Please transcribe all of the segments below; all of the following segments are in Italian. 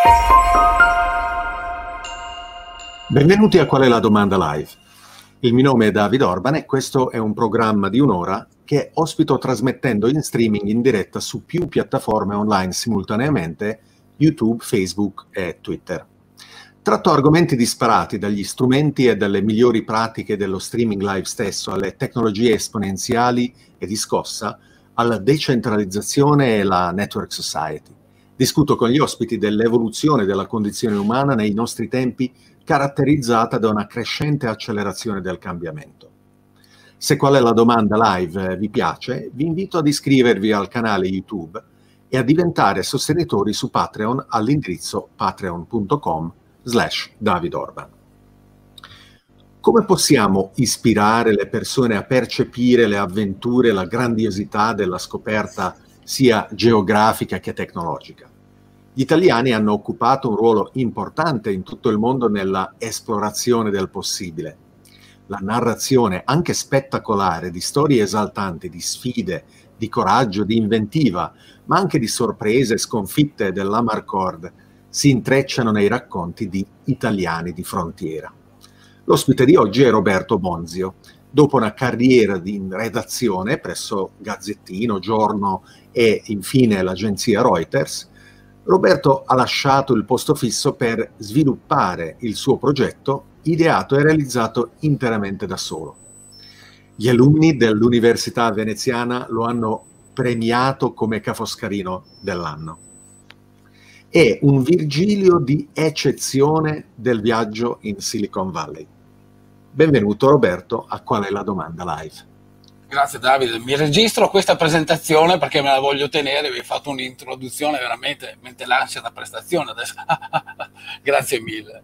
Benvenuti a Qual è la domanda live. Il mio nome è David Orban e questo è un programma di un'ora che ospito trasmettendo in streaming in diretta su più piattaforme online simultaneamente, YouTube, Facebook e Twitter. Tratto argomenti disparati dagli strumenti e dalle migliori pratiche dello streaming live stesso alle tecnologie esponenziali e di scossa, alla decentralizzazione e la network society. Discuto con gli ospiti dell'evoluzione della condizione umana nei nostri tempi, caratterizzata da una crescente accelerazione del cambiamento. Se Qual è la domanda live vi piace, vi invito ad iscrivervi al canale YouTube e a diventare sostenitori su Patreon all'indirizzo patreon.com/David Orban. Come possiamo ispirare le persone a percepire le avventure e la grandiosità della scoperta sia geografica che tecnologica? Gli italiani hanno occupato un ruolo importante in tutto il mondo nella esplorazione del possibile. La narrazione, anche spettacolare, di storie esaltanti, di sfide, di coraggio, di inventiva, ma anche di sorprese, sconfitte dell'Amarcord, si intrecciano nei racconti di Italiani di frontiera. L'ospite di oggi è Roberto Bonzio. Dopo una carriera in redazione presso Gazzettino, Giorno e infine l'agenzia Reuters, Roberto ha lasciato il posto fisso per sviluppare il suo progetto, ideato e realizzato interamente da solo. Gli alunni dell'Università Veneziana lo hanno premiato come Cafoscarino dell'anno. È un Virgilio di eccezione del viaggio in Silicon Valley. Benvenuto Roberto a Qual è la domanda live. Grazie Davide, mi registro questa presentazione perché me la voglio tenere, vi ho fatto un'introduzione veramente, mentre l'ansia da prestazione adesso. Grazie mille.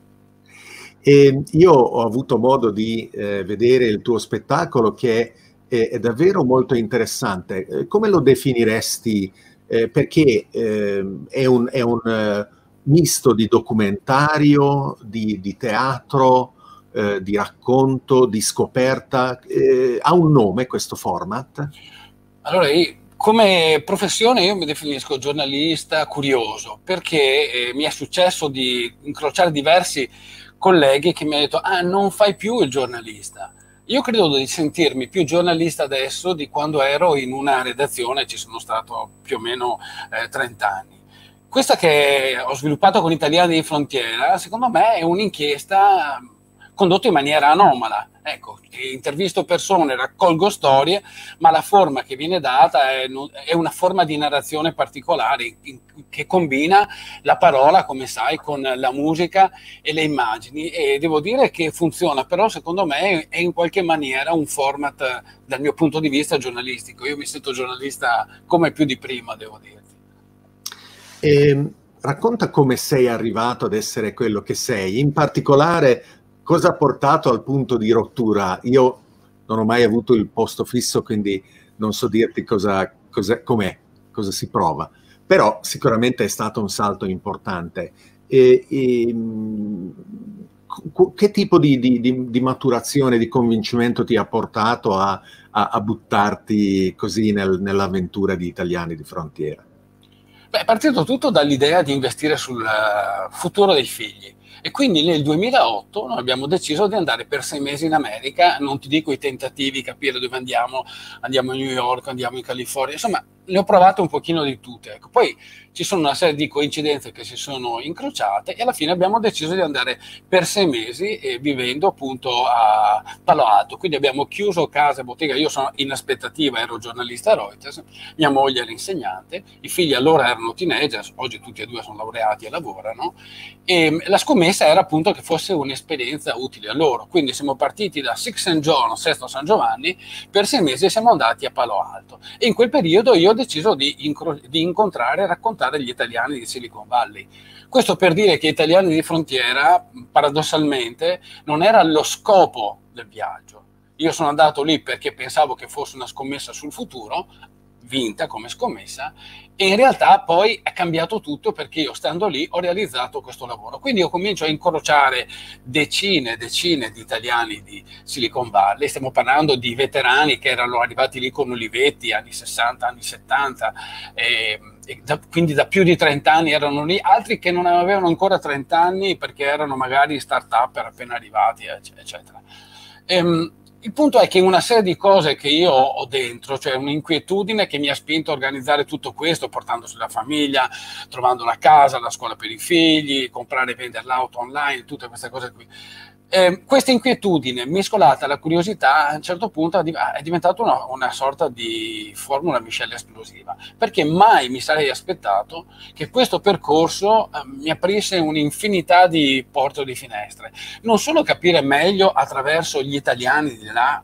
Io ho avuto modo di vedere il tuo spettacolo che è davvero molto interessante. Come lo definiresti? Perché è un misto di documentario, di teatro, di racconto, di scoperta. Ha un nome questo format? Allora, come professione io mi definisco giornalista curioso, perché mi è successo di incrociare diversi colleghi che mi hanno detto non fai più il giornalista. Io credo di sentirmi più giornalista adesso di quando ero in una redazione, ci sono stato più o meno 30 anni. Questa che ho sviluppato con Italiani di Frontiera, secondo me è un'inchiesta condotto in maniera anomala. Ecco, intervisto persone, raccolgo storie, ma la forma che viene data è una forma di narrazione particolare che combina la parola, come sai, con la musica e le immagini, e devo dire che funziona, però secondo me è in qualche maniera un format dal mio punto di vista giornalistico. Io mi sento giornalista come più di prima, devo dirti. Racconta come sei arrivato ad essere quello che sei, in particolare cosa ha portato al punto di rottura? Io non ho mai avuto il posto fisso, quindi non so dirti com'è, cosa si prova, però sicuramente è stato un salto importante. Che tipo di maturazione, di convincimento ti ha portato a buttarti così nell'avventura di Italiani di Frontiera? Beh, è partito tutto dall'idea di investire sul futuro dei figli. E quindi nel 2008 noi abbiamo deciso di andare per 6 mesi in America, non ti dico i tentativi, capire dove andiamo a New York, andiamo in California, insomma le ho provate un pochino di tutte. Ecco. Poi ci sono una serie di coincidenze che si sono incrociate e alla fine abbiamo deciso di andare per 6 mesi vivendo appunto a Palo Alto. Quindi abbiamo chiuso casa e bottega, io sono in aspettativa, ero giornalista a Reuters, mia moglie era insegnante, i figli allora erano teenager, oggi tutti e due sono laureati e lavorano, e la scommessa era appunto che fosse un'esperienza utile a loro. Quindi siamo partiti da Six St. John, Sesto San Giovanni, per 6 mesi e siamo andati a Palo Alto. E in quel periodo io ho deciso di incontrare e raccontare gli italiani di Silicon Valley. Questo per dire che Italiani di Frontiera, paradossalmente, non era lo scopo del viaggio. Io sono andato lì perché pensavo che fosse una scommessa sul futuro, vinta come scommessa, e in realtà poi è cambiato tutto perché io, stando lì, ho realizzato questo lavoro. Quindi io comincio a incrociare decine e decine di italiani di Silicon Valley. Stiamo parlando di veterani che erano arrivati lì con Olivetti, anni 60, anni 70, quindi da più di 30 anni erano lì, altri che non avevano ancora 30 anni perché erano magari start-up appena arrivati, eccetera. Il punto è che una serie di cose che io ho dentro, cioè un'inquietudine che mi ha spinto a organizzare tutto questo, portandosi la famiglia, trovando la casa, la scuola per i figli, comprare e vendere l'auto online, tutte queste cose qui. Questa inquietudine mescolata alla curiosità a un certo punto è diventata una sorta di formula miscela esplosiva, perché mai mi sarei aspettato che questo percorso mi aprisse un'infinità di porte o di finestre. Non solo capire meglio attraverso gli italiani di là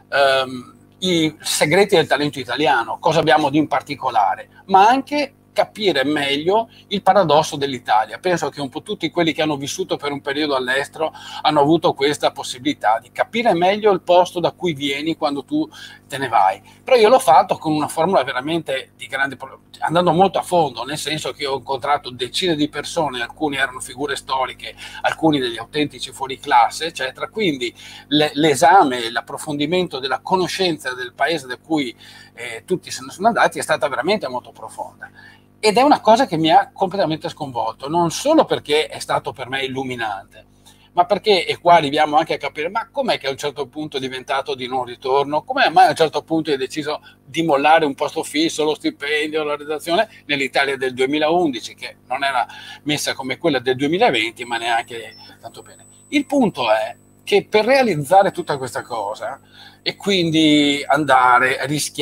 i segreti del talento italiano, cosa abbiamo di in particolare, ma anche capire meglio il paradosso dell'Italia. Penso che un po' tutti quelli che hanno vissuto per un periodo all'estero hanno avuto questa possibilità di capire meglio il posto da cui vieni quando tu te ne vai. Però io l'ho fatto con una formula veramente di grande, andando molto a fondo, nel senso che ho incontrato decine di persone, alcuni erano figure storiche, alcuni degli autentici fuoriclasse, eccetera. Quindi l'esame, l'approfondimento della conoscenza del paese da cui tutti se ne sono andati è stata veramente molto profonda. Ed è una cosa che mi ha completamente sconvolto, non solo perché è stato per me illuminante, ma perché, e qua arriviamo anche a capire, ma com'è che a un certo punto è diventato di non ritorno? Come mai a un certo punto hai deciso di mollare un posto fisso, lo stipendio, la redazione, nell'Italia del 2011, che non era messa come quella del 2020, ma neanche tanto bene. Il punto è che per realizzare tutta questa cosa, e quindi andare,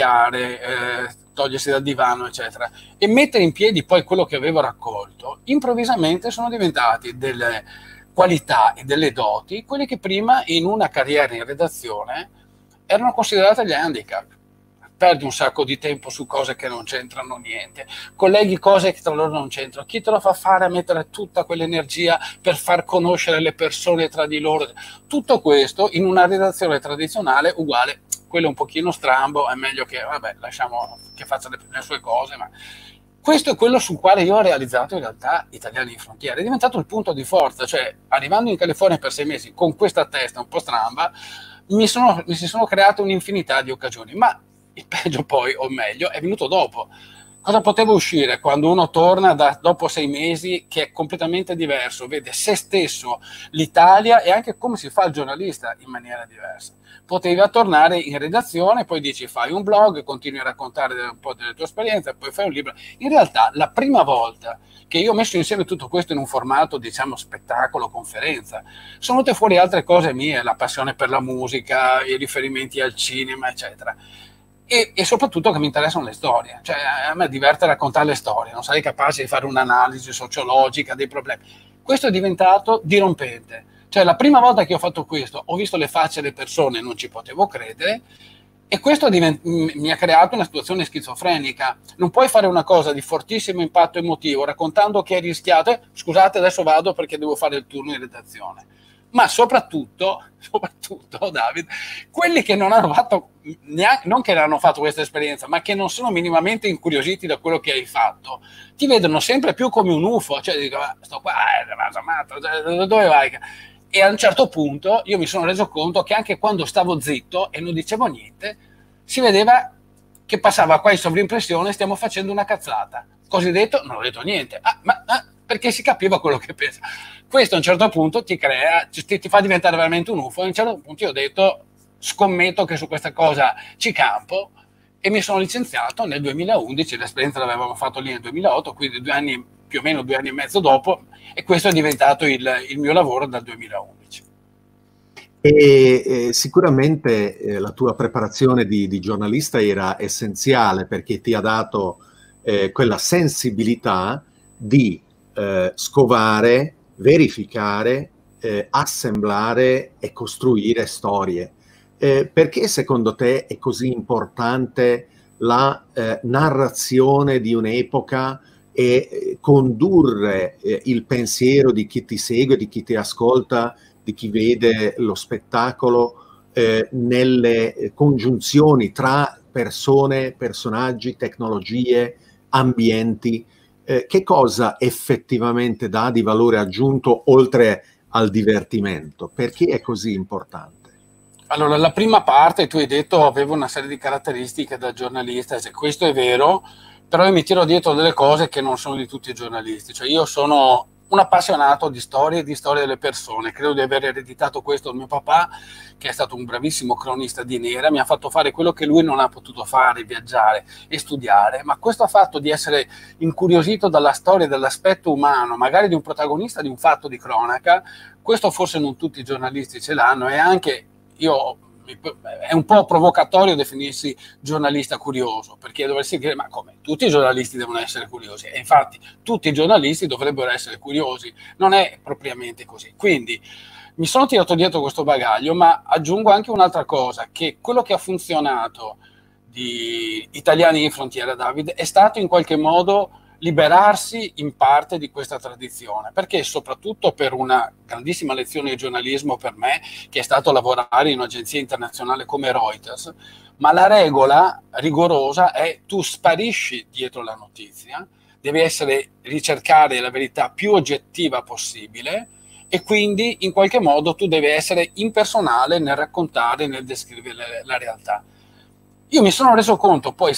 rischiare, togliersi dal divano, eccetera, e mettere in piedi poi quello che avevo raccolto, improvvisamente sono diventati delle qualità e delle doti, quelle che prima in una carriera in redazione erano considerate gli handicap. Perdi un sacco di tempo su cose che non c'entrano niente, colleghi cose che tra loro non c'entrano, chi te lo fa fare a mettere tutta quell'energia per far conoscere le persone tra di loro? Tutto questo in una redazione tradizionale uguale, quello un pochino strambo, è meglio che, vabbè, lasciamo che faccia le sue cose, ma questo è quello sul quale io ho realizzato in realtà Italiani in Frontiera. È diventato il punto di forza, cioè arrivando in California per 6 mesi con questa testa un po' stramba, mi si sono create un'infinità di occasioni, ma il peggio poi, o meglio, è venuto dopo. Cosa poteva uscire quando uno torna dopo 6 mesi che è completamente diverso, vede se stesso, l'Italia e anche come si fa il giornalista in maniera diversa? Poteva tornare in redazione, poi dici fai un blog, continui a raccontare un po' delle tue esperienze, poi fai un libro. In realtà la prima volta che io ho messo insieme tutto questo in un formato, diciamo, spettacolo, conferenza, sono venute fuori altre cose mie, la passione per la musica, i riferimenti al cinema, eccetera. E soprattutto che mi interessano le storie, cioè a me diverte raccontare le storie, non sarei capace di fare un'analisi sociologica dei problemi. Questo è diventato dirompente, cioè la prima volta che ho fatto questo ho visto le facce delle persone e non ci potevo credere, e questo mi ha creato una situazione schizofrenica. Non puoi fare una cosa di fortissimo impatto emotivo raccontando che hai rischiato, scusate adesso vado perché devo fare il turno in redazione. Ma soprattutto, David, quelli che non hanno fatto, non che hanno fatto questa esperienza, ma che non sono minimamente incuriositi da quello che hai fatto, ti vedono sempre più come un UFO, cioè dico, sto qua, dove vai? E a un certo punto io mi sono reso conto che anche quando stavo zitto e non dicevo niente, si vedeva che passava qua in sovrimpressione, stiamo facendo una cazzata. Cosiddetto, non ho detto niente, perché si capiva quello che pensa. Questo a un certo punto ti crea, ti fa diventare veramente un UFO. A un certo punto io ho detto, scommetto che su questa cosa ci campo, e mi sono licenziato nel 2011, l'esperienza l'avevamo fatto lì nel 2008, quindi 2 anni, più o meno 2 anni e mezzo dopo, e questo è diventato il mio lavoro dal 2011. E sicuramente la tua preparazione di giornalista era essenziale, perché ti ha dato quella sensibilità di scovare, verificare, assemblare e costruire storie. Perché secondo te è così importante la narrazione di un'epoca e condurre il pensiero di chi ti segue, di chi ti ascolta, di chi vede lo spettacolo nelle congiunzioni tra persone, personaggi, tecnologie, ambienti. Che cosa effettivamente dà di valore aggiunto oltre al divertimento? Perché è così importante? Allora, la prima parte, tu hai detto, avevo una serie di caratteristiche da giornalista, cioè, questo è vero, però io mi tiro dietro delle cose che non sono di tutti i giornalisti, cioè io sono un appassionato di storie e di storia delle persone, credo di aver ereditato questo da mio papà, che è stato un bravissimo cronista di nera, mi ha fatto fare quello che lui non ha potuto fare, viaggiare e studiare, ma questo fatto di essere incuriosito dalla storia e dall'aspetto umano, magari di un protagonista di un fatto di cronaca, questo forse non tutti i giornalisti ce l'hanno, e anche io, è un po' provocatorio definirsi giornalista curioso, perché dovresti dire, ma come? Tutti i giornalisti devono essere curiosi, e infatti tutti i giornalisti dovrebbero essere curiosi, non è propriamente così. Quindi mi sono tirato dietro questo bagaglio, ma aggiungo anche un'altra cosa, che quello che ha funzionato di Italiani in Frontiera, Davide, è stato in qualche modo liberarsi in parte di questa tradizione, perché soprattutto per una grandissima lezione di giornalismo per me, che è stato lavorare in un'agenzia internazionale come Reuters, ma la regola rigorosa è tu sparisci dietro la notizia, devi ricercare la verità più oggettiva possibile, e quindi in qualche modo tu devi essere impersonale nel raccontare, nel descrivere la realtà. Io mi sono reso conto poi,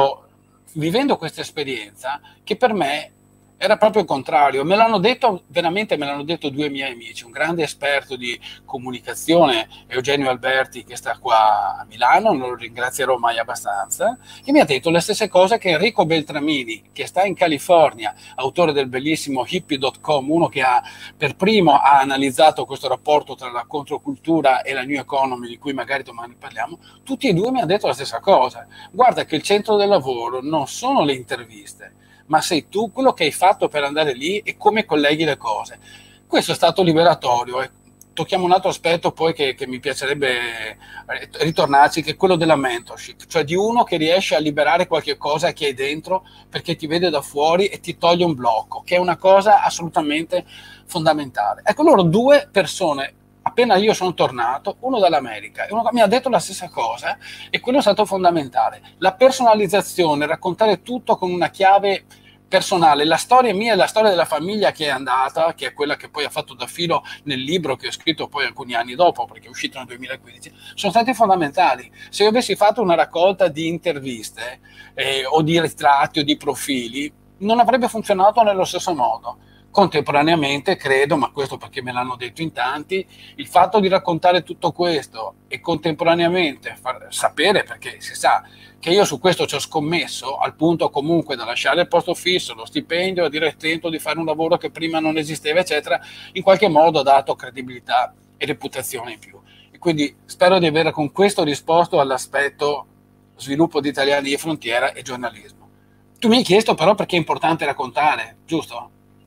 vivendo questa esperienza, che per me era proprio il contrario. Me l'hanno detto, veramente me l'hanno detto due miei amici, un grande esperto di comunicazione, Eugenio Alberti, che sta qua a Milano, non lo ringrazierò mai abbastanza, che mi ha detto le stesse cose che Enrico Beltramini, che sta in California, autore del bellissimo hippie.com, uno che per primo ha analizzato questo rapporto tra la controcultura e la New Economy, di cui magari domani parliamo. Tutti e due mi hanno detto la stessa cosa: guarda che il centro del lavoro non sono le interviste, ma sei tu, quello che hai fatto per andare lì e come colleghi le cose. Questo è stato liberatorio. Tocchiamo un altro aspetto poi che mi piacerebbe ritornarci, che è quello della mentorship, cioè di uno che riesce a liberare qualche cosa che hai dentro perché ti vede da fuori e ti toglie un blocco, che è una cosa assolutamente fondamentale. Ecco, loro due persone, appena io sono tornato, uno dall'America e uno mi ha detto la stessa cosa, e quello è stato fondamentale. La personalizzazione, raccontare tutto con una chiave personale, la storia mia e la storia della famiglia che è andata, che è quella che poi ha fatto da filo nel libro che ho scritto poi alcuni anni dopo, perché è uscito nel 2015, sono stati fondamentali. Se io avessi fatto una raccolta di interviste o di ritratti o di profili, non avrebbe funzionato nello stesso modo. Contemporaneamente credo, ma questo perché me l'hanno detto in tanti, il fatto di raccontare tutto questo e contemporaneamente far sapere, perché si sa che io su questo ci ho scommesso, al punto comunque da lasciare il posto fisso, lo stipendio, a dire tento di fare un lavoro che prima non esisteva, eccetera, in qualche modo ha dato credibilità e reputazione in più. E quindi spero di aver con questo risposto all'aspetto sviluppo di Italiani di Frontiera e giornalismo. Tu mi hai chiesto però perché è importante raccontare, giusto?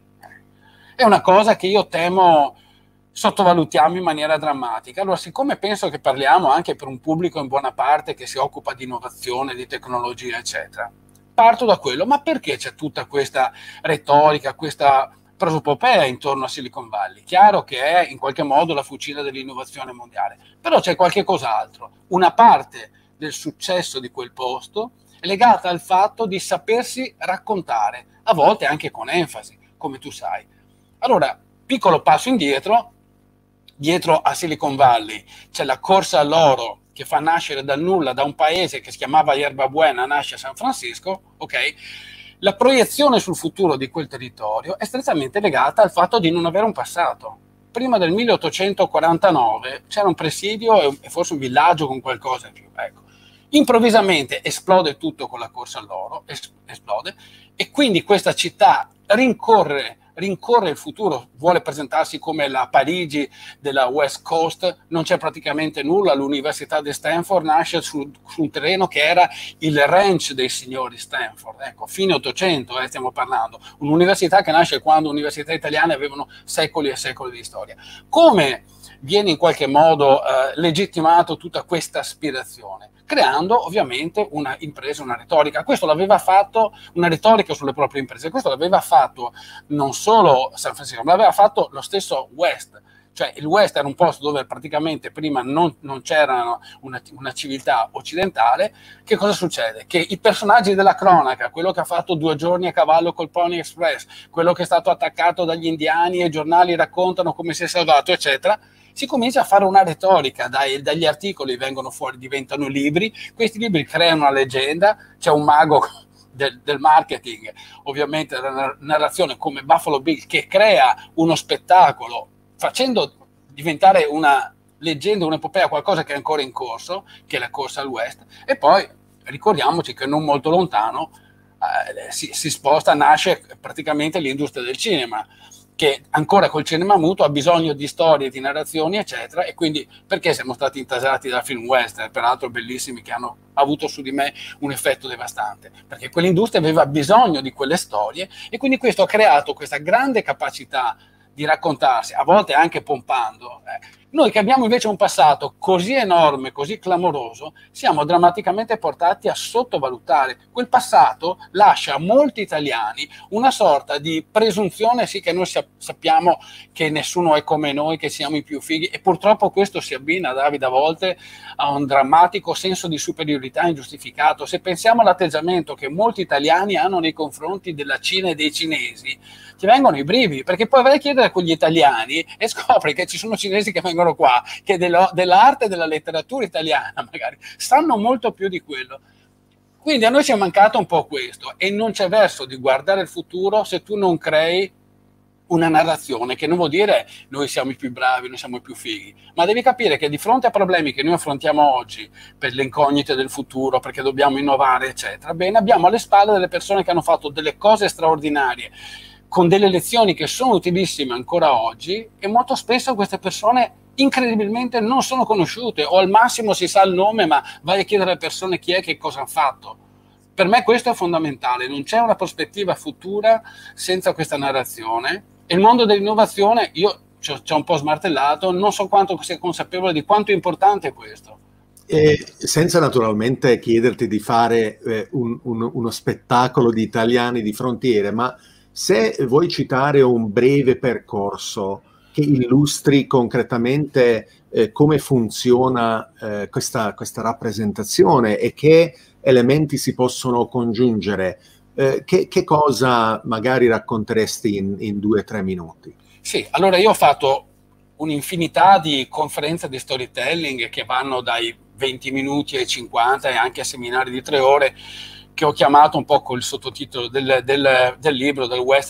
È una cosa che io temo sottovalutiamo in maniera drammatica. Allora, siccome penso che parliamo anche per un pubblico in buona parte che si occupa di innovazione, di tecnologia, eccetera, parto da quello: ma perché c'è tutta questa retorica, questa prosopopea intorno a Silicon Valley? Chiaro che è in qualche modo la fucina dell'innovazione mondiale, però c'è qualche cos'altro. Una parte del successo di quel posto è legata al fatto di sapersi raccontare, a volte anche con enfasi, come tu sai. Allora, piccolo passo indietro, dietro a Silicon Valley c'è la corsa all'oro che fa nascere dal nulla, da un paese che si chiamava Yerba Buena, nasce a San Francisco, ok? La proiezione sul futuro di quel territorio è strettamente legata al fatto di non avere un passato. Prima del 1849 c'era un presidio e forse un villaggio con qualcosa in più, ecco. Improvvisamente esplode tutto con la corsa all'oro, esplode, e quindi questa città rincorre il futuro, vuole presentarsi come la Parigi della West Coast, non c'è praticamente nulla. L'Università di Stanford nasce su un terreno che era il ranch dei signori Stanford, ecco, fine 800 stiamo parlando, un'università che nasce quando università italiane avevano secoli e secoli di storia. Come viene in qualche modo legittimato tutta questa aspirazione? Creando ovviamente una impresa, una retorica. Questo l'aveva fatto, una retorica sulle proprie imprese, questo l'aveva fatto non solo San Francisco, ma l'aveva fatto lo stesso West. Cioè il West era un posto dove praticamente prima non c'era una civiltà occidentale. Che cosa succede? Che i personaggi della cronaca, quello che ha fatto 2 giorni a cavallo col Pony Express, quello che è stato attaccato dagli indiani e i giornali raccontano come si è salvato, eccetera, si comincia a fare una retorica, dagli articoli vengono fuori, diventano libri, questi libri creano una leggenda, c'è un mago del marketing, ovviamente della narrazione come Buffalo Bill, che crea uno spettacolo facendo diventare una leggenda, un'epopea, qualcosa che è ancora in corso, che è la corsa al West. E poi ricordiamoci che non molto lontano si sposta, nasce praticamente l'industria del cinema, che ancora col cinema muto ha bisogno di storie, di narrazioni, eccetera, e quindi perché siamo stati intasati da film western, peraltro bellissimi, che hanno avuto su di me un effetto devastante, perché quell'industria aveva bisogno di quelle storie, e quindi questo ha creato questa grande capacità di raccontarsi, a volte anche pompando. Noi che abbiamo invece un passato così enorme, così clamoroso, siamo drammaticamente portati a sottovalutare. Quel passato lascia a molti italiani una sorta di presunzione, sì, che noi sappiamo che nessuno è come noi, che siamo i più fighi, e purtroppo questo si abbina, Davide, a volte a un drammatico senso di superiorità ingiustificato. Se pensiamo all'atteggiamento che molti italiani hanno nei confronti della Cina e dei cinesi, ti vengono i brividi, perché poi vai a chiedere a quegli italiani e scopri che ci sono cinesi che vengono qua, che dell'arte e della letteratura italiana magari sanno molto più di quello. Quindi a noi ci è mancato un po' questo, e non c'è verso di guardare il futuro se tu non crei una narrazione, che non vuol dire noi siamo i più bravi, noi siamo i più fighi, ma devi capire che di fronte a problemi che noi affrontiamo oggi, per le incognite del futuro, perché dobbiamo innovare, eccetera, bene, abbiamo alle spalle delle persone che hanno fatto delle cose straordinarie, con delle lezioni che sono utilissime ancora oggi, e molto spesso queste persone incredibilmente non sono conosciute, o al massimo si sa il nome, ma vai a chiedere alle persone chi è, che cosa hanno fatto. Per me questo è fondamentale, non c'è una prospettiva futura senza questa narrazione, e il mondo dell'innovazione, io ci ho un po' smartellato, non so quanto sia consapevole di quanto è importante questo. Senza naturalmente chiederti di fare uno spettacolo di italiani di frontiere, ma se vuoi citare un breve percorso che illustri concretamente come funziona questa rappresentazione e che elementi si possono congiungere, che cosa magari racconteresti in 2 o 3 minuti? Sì, allora io ho fatto un'infinità di conferenze di storytelling che vanno dai 20 minuti ai 50 e anche a seminari di 3 ore, che ho chiamato un po' col sottotitolo del libro, dal West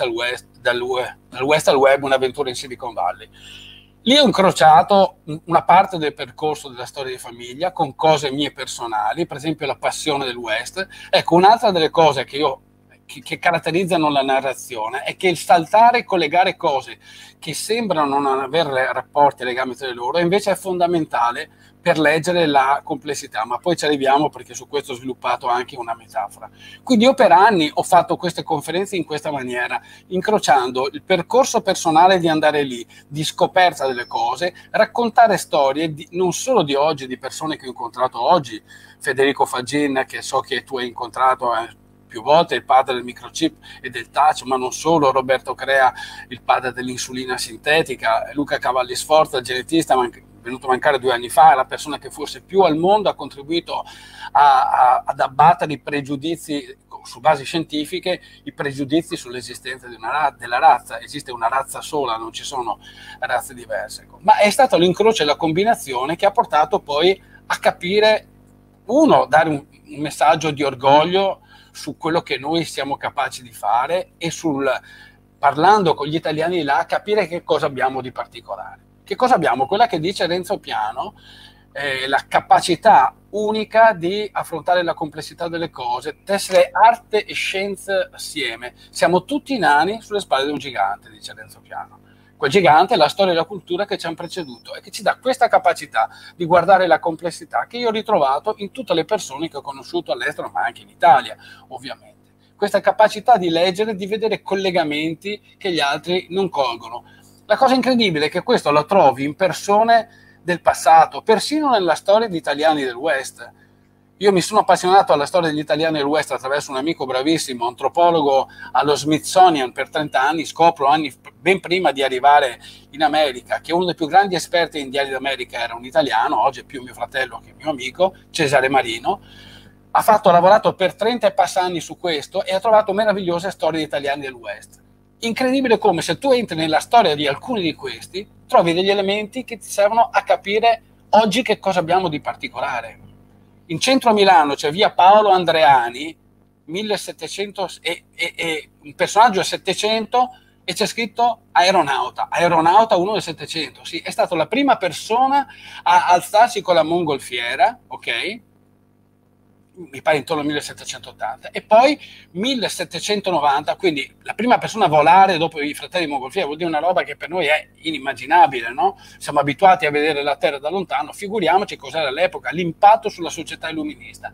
al Web, un'avventura in Silicon Valley. Lì ho incrociato una parte del percorso della storia di famiglia con cose mie personali, per esempio la passione del West. Ecco, un'altra delle cose che caratterizzano la narrazione è che il saltare e collegare cose che sembrano non avere rapporti e legami tra di loro invece è fondamentale per leggere la complessità, ma poi ci arriviamo, perché su questo ho sviluppato anche una metafora. Quindi io per anni ho fatto queste conferenze in questa maniera, incrociando il percorso personale di andare lì, di scoperta delle cose, raccontare storie non solo di oggi, di persone che ho incontrato oggi, Federico Fagin, che so che tu hai incontrato più volte, il padre del microchip e del touch, ma non solo, Roberto Crea, il padre dell'insulina sintetica, Luca Cavalli Sforza, il genetista, venuto a mancare 2 anni fa, è la persona che forse più al mondo ha contribuito ad abbattere i pregiudizi su basi scientifiche, i pregiudizi sull'esistenza della razza. Esiste una razza sola, non ci sono razze diverse. Ma è stato l'incrocio e la combinazione che ha portato poi a capire, dare un messaggio di orgoglio su quello che noi siamo capaci di fare, e parlando con gli italiani là, capire che cosa abbiamo di particolare. Che cosa abbiamo? Quella che dice Renzo Piano, la capacità unica di affrontare la complessità delle cose, tessere arte e scienza assieme. Siamo tutti nani sulle spalle di un gigante, dice Renzo Piano. Quel gigante è la storia e la cultura che ci hanno preceduto e che ci dà questa capacità di guardare la complessità, che io ho ritrovato in tutte le persone che ho conosciuto all'estero, ma anche in Italia, ovviamente. Questa capacità di leggere, di vedere collegamenti che gli altri non colgono. La cosa incredibile è che questo lo trovi in persone del passato, persino nella storia di italiani del West. Io mi sono appassionato alla storia degli italiani del West attraverso un amico bravissimo, antropologo allo Smithsonian per 30 anni, scopro anni ben prima di arrivare in America che uno dei più grandi esperti indiani d'America era un italiano, oggi è più mio fratello che mio amico, Cesare Marino. Ha lavorato per 30 e passa anni su questo e ha trovato meravigliose storie di italiani del West. Incredibile come se tu entri nella storia di alcuni di questi, trovi degli elementi che ti servono a capire oggi che cosa abbiamo di particolare. In centro a Milano c'è via Paolo Andreani, 1700, e un personaggio è 700 e c'è scritto aeronauta 1 del 700. Sì, è stato la prima persona a alzarsi con la mongolfiera, ok? Mi pare intorno al 1780, e poi 1790, quindi la prima persona a volare dopo i fratelli Mongolfiera, vuol dire una roba che per noi è inimmaginabile, no? Siamo abituati a vedere la Terra da lontano, figuriamoci cos'era all'epoca, l'impatto sulla società illuminista.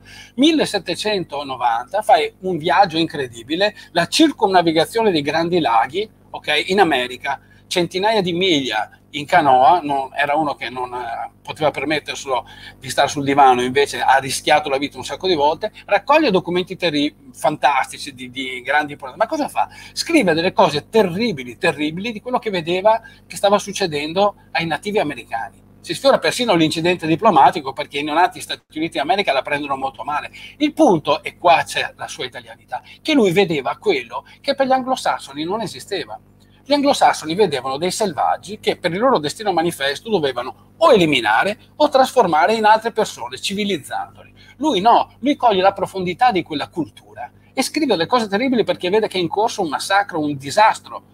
1790 fai un viaggio incredibile, la circumnavigazione dei Grandi Laghi, ok, in America, centinaia di miglia in canoa, era uno che non poteva permetterselo di stare sul divano, invece ha rischiato la vita un sacco di volte, raccoglie documenti fantastici di grandi problemi. Ma cosa fa? Scrive delle cose terribili di quello che vedeva che stava succedendo ai nativi americani. Si sfiora persino l'incidente diplomatico perché i neonati Stati Uniti d'America la prendono molto male. Il punto, e qua c'è la sua italianità, che lui vedeva quello che per gli anglosassoni non esisteva. Gli anglosassoni vedevano dei selvaggi che per il loro destino manifesto dovevano o eliminare o trasformare in altre persone, civilizzandoli. Lui no, lui coglie la profondità di quella cultura e scrive delle cose terribili perché vede che è in corso un massacro, un disastro,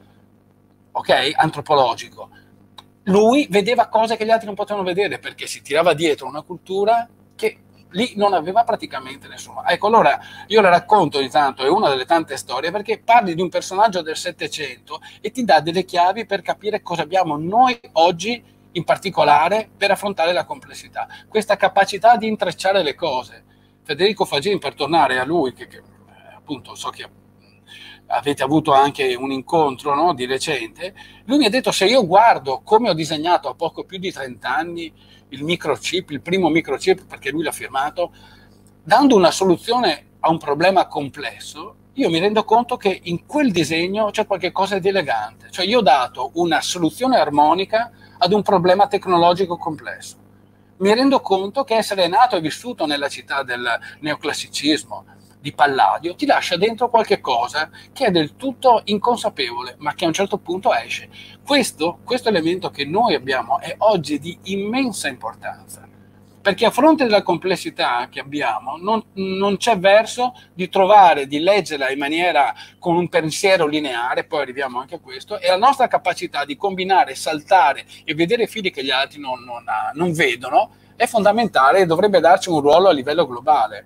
ok, antropologico. Lui vedeva cose che gli altri non potevano vedere perché si tirava dietro una cultura che lì non aveva praticamente nessuno. Ecco, allora io le racconto ogni tanto, è una delle tante storie, perché parli di un personaggio del Settecento e ti dà delle chiavi per capire cosa abbiamo noi oggi in particolare per affrontare la complessità. Questa capacità di intrecciare le cose. Federico Fagin, per tornare a lui, che appunto so che avete avuto anche un incontro, no, di recente, lui mi ha detto: se io guardo come ho disegnato a poco più di 30 anni il microchip, il primo microchip, perché lui l'ha firmato, dando una soluzione a un problema complesso, io mi rendo conto che in quel disegno c'è qualcosa di elegante. Cioè io ho dato una soluzione armonica ad un problema tecnologico complesso. Mi rendo conto che essere nato e vissuto nella città del neoclassicismo, di Palladio, ti lascia dentro qualche cosa che è del tutto inconsapevole, ma che a un certo punto esce. Questo elemento che noi abbiamo è oggi di immensa importanza, perché a fronte della complessità che abbiamo non c'è verso di trovare, di leggerla in maniera con un pensiero lineare, poi arriviamo anche a questo, e la nostra capacità di combinare, saltare e vedere fili che gli altri non vedono è fondamentale e dovrebbe darci un ruolo a livello globale.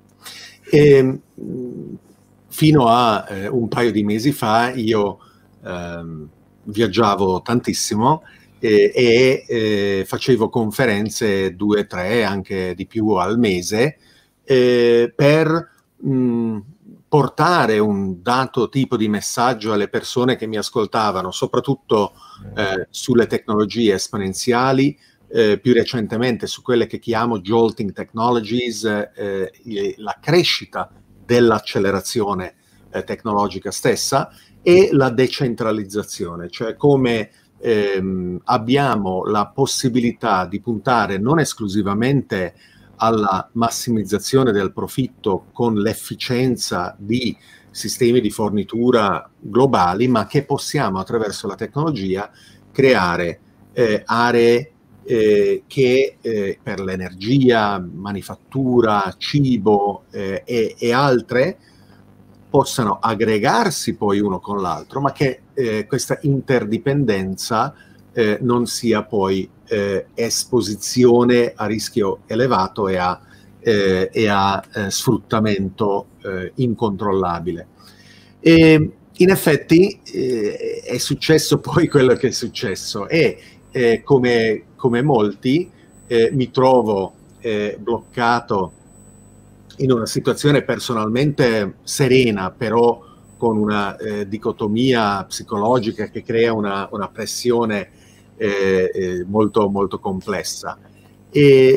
Fino a un paio di mesi fa io viaggiavo tantissimo e facevo conferenze 2, 3, anche di più al mese per portare un dato tipo di messaggio alle persone che mi ascoltavano, soprattutto sulle tecnologie esponenziali, più recentemente su quelle che chiamo jolting technologies, la crescita dell'accelerazione tecnologica stessa e la decentralizzazione, cioè come abbiamo la possibilità di puntare non esclusivamente alla massimizzazione del profitto con l'efficienza di sistemi di fornitura globali, ma che possiamo attraverso la tecnologia creare aree che per l'energia, manifattura, cibo e altre possano aggregarsi poi uno con l'altro, ma che questa interdipendenza non sia poi esposizione a rischio elevato e a sfruttamento incontrollabile. E in effetti è successo poi quello che è successo e come molti mi trovo bloccato in una situazione personalmente serena, però con una dicotomia psicologica che crea una pressione molto, molto complessa. E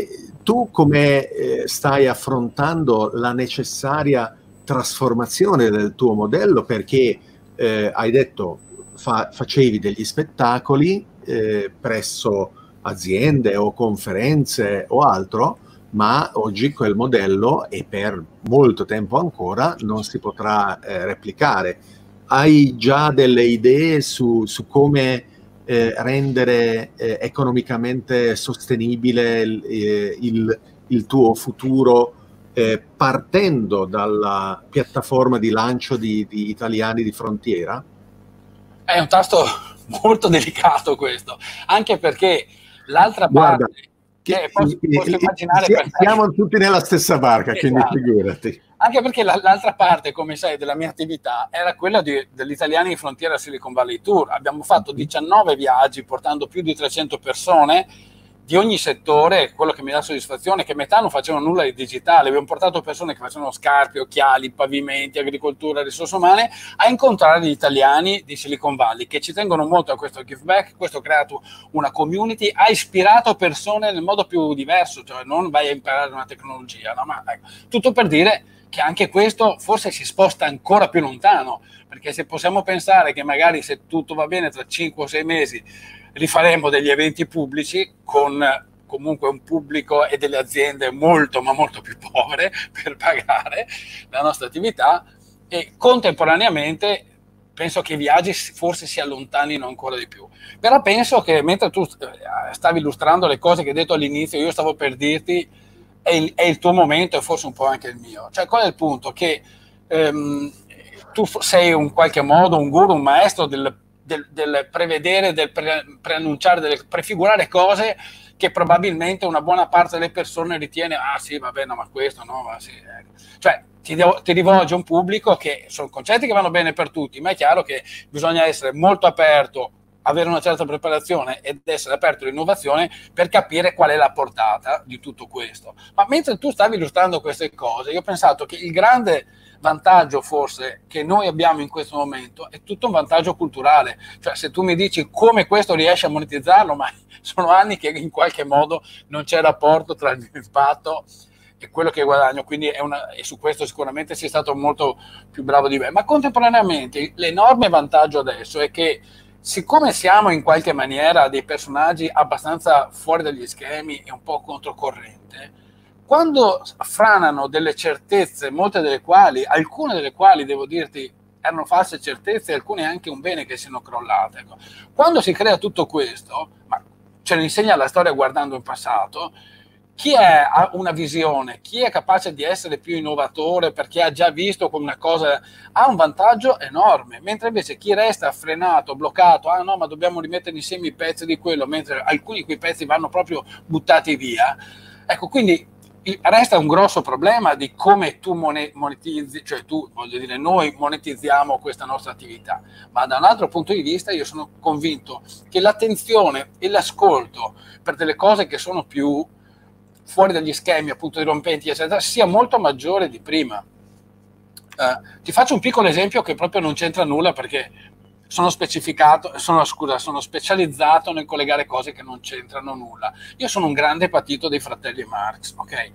tu come stai affrontando la necessaria trasformazione del tuo modello? Perché hai detto facevi degli spettacoli presso aziende o conferenze o altro, ma oggi quel modello, e per molto tempo ancora, non si potrà replicare. Hai già delle idee su come rendere economicamente sostenibile il tuo futuro, partendo dalla piattaforma di lancio di Italiani di Frontiera? È un tasto molto delicato questo, anche perché l'altra Guarda, parte, posso immaginare... siamo tutti nella stessa barca, quindi esatto. Figurati. Anche perché l'altra parte, come sai, della mia attività era quella degli Italiani in Frontiera Silicon Valley Tour. Abbiamo fatto 19 viaggi portando più di 300 persone di ogni settore. Quello che mi dà soddisfazione è che metà non facevano nulla di digitale. Abbiamo portato persone che facevano scarpe, occhiali, pavimenti, agricoltura, risorse umane, a incontrare gli italiani di Silicon Valley, che ci tengono molto a questo give back. Questo ha creato una community, ha ispirato persone nel modo più diverso, cioè non vai a imparare una tecnologia, no? Ma ecco, tutto per dire che anche questo forse si sposta ancora più lontano, perché se possiamo pensare che magari, se tutto va bene, tra 5 o 6 mesi rifaremo degli eventi pubblici con comunque un pubblico e delle aziende molto ma molto più povere per pagare la nostra attività, e contemporaneamente penso che i viaggi forse si allontanino ancora di più. Però penso che mentre tu stavi illustrando le cose che hai detto all'inizio, io stavo per dirti è il tuo momento e forse un po' anche il mio. Cioè, qual è il punto? Che tu sei in qualche modo un guru, un maestro del prevedere, del preannunciare, del prefigurare cose che probabilmente una buona parte delle persone ritiene, ah sì, va bene, ma questo no, ma sì. Cioè, ti rivolge a un pubblico che sono concetti che vanno bene per tutti, ma è chiaro che bisogna essere molto aperto, avere una certa preparazione ed essere aperto all'innovazione per capire qual è la portata di tutto questo. Ma mentre tu stavi illustrando queste cose, io ho pensato che il grande vantaggio forse che noi abbiamo in questo momento è tutto un vantaggio culturale. Cioè, se tu mi dici come questo riesci a monetizzarlo, ma sono anni che in qualche modo non c'è rapporto tra il mio impatto e quello che guadagno, quindi e su questo sicuramente sei stato molto più bravo di me. Ma contemporaneamente l'enorme vantaggio adesso è che, siccome siamo in qualche maniera dei personaggi abbastanza fuori dagli schemi e un po' controcorrente, quando franano delle certezze, alcune delle quali devo dirti erano false certezze, alcune anche un bene che siano crollate, ecco. Quando si crea tutto questo, ma ce lo insegna la storia guardando in passato, chi ha una visione, chi è capace di essere più innovatore perché ha già visto come una cosa, ha un vantaggio enorme, mentre invece chi resta frenato, bloccato, ah no, ma dobbiamo rimettere insieme i pezzi di quello, mentre alcuni di quei pezzi vanno proprio buttati via. Ecco, quindi resta un grosso problema di come tu monetizzi, cioè tu, voglio dire, noi monetizziamo questa nostra attività, ma da un altro punto di vista io sono convinto che l'attenzione e l'ascolto per delle cose che sono più fuori dagli schemi, appunto dirompenti, eccetera, sia molto maggiore di prima. Ti faccio un piccolo esempio che proprio non c'entra nulla, perché sono specializzato nel collegare cose che non c'entrano nulla. Io sono un grande patito dei fratelli Marx, ok?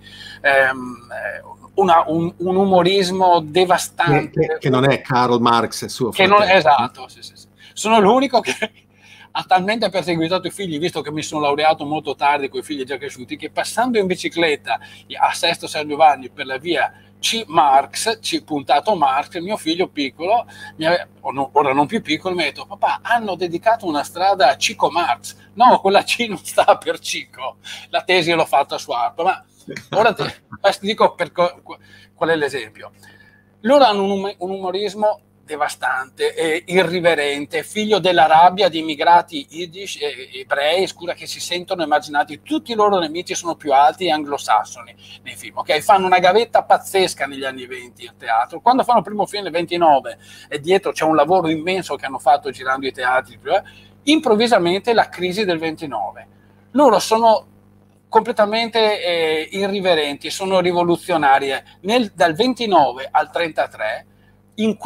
Un umorismo devastante. Che non è Karl Marx e suo fratello. Esatto, sì. Sono l'unico che ha talmente perseguitato i figli, visto che mi sono laureato molto tardi con i figli già cresciuti, che passando in bicicletta a Sesto San Giovanni per la via C. Marx, C. Marx, il mio figlio piccolo, ora non più piccolo, mi ha detto: papà, hanno dedicato una strada a Cico Marx. No, quella C non sta per Cico, la tesi l'ho fatta su ARP. Ma ora ti dico qual è l'esempio. Loro hanno un umorismo devastante, irriverente, figlio della rabbia di immigrati Yiddish e ebrei, che si sentono emarginati. Tutti i loro nemici sono più alti e anglosassoni nei film, ok? Fanno una gavetta pazzesca negli anni 20 al teatro. Quando fanno il primo film nel 29 e dietro c'è un lavoro immenso che hanno fatto girando i teatri, improvvisamente la crisi del 29. Loro sono completamente irriverenti, sono rivoluzionari. Dal 29 al 33, in quel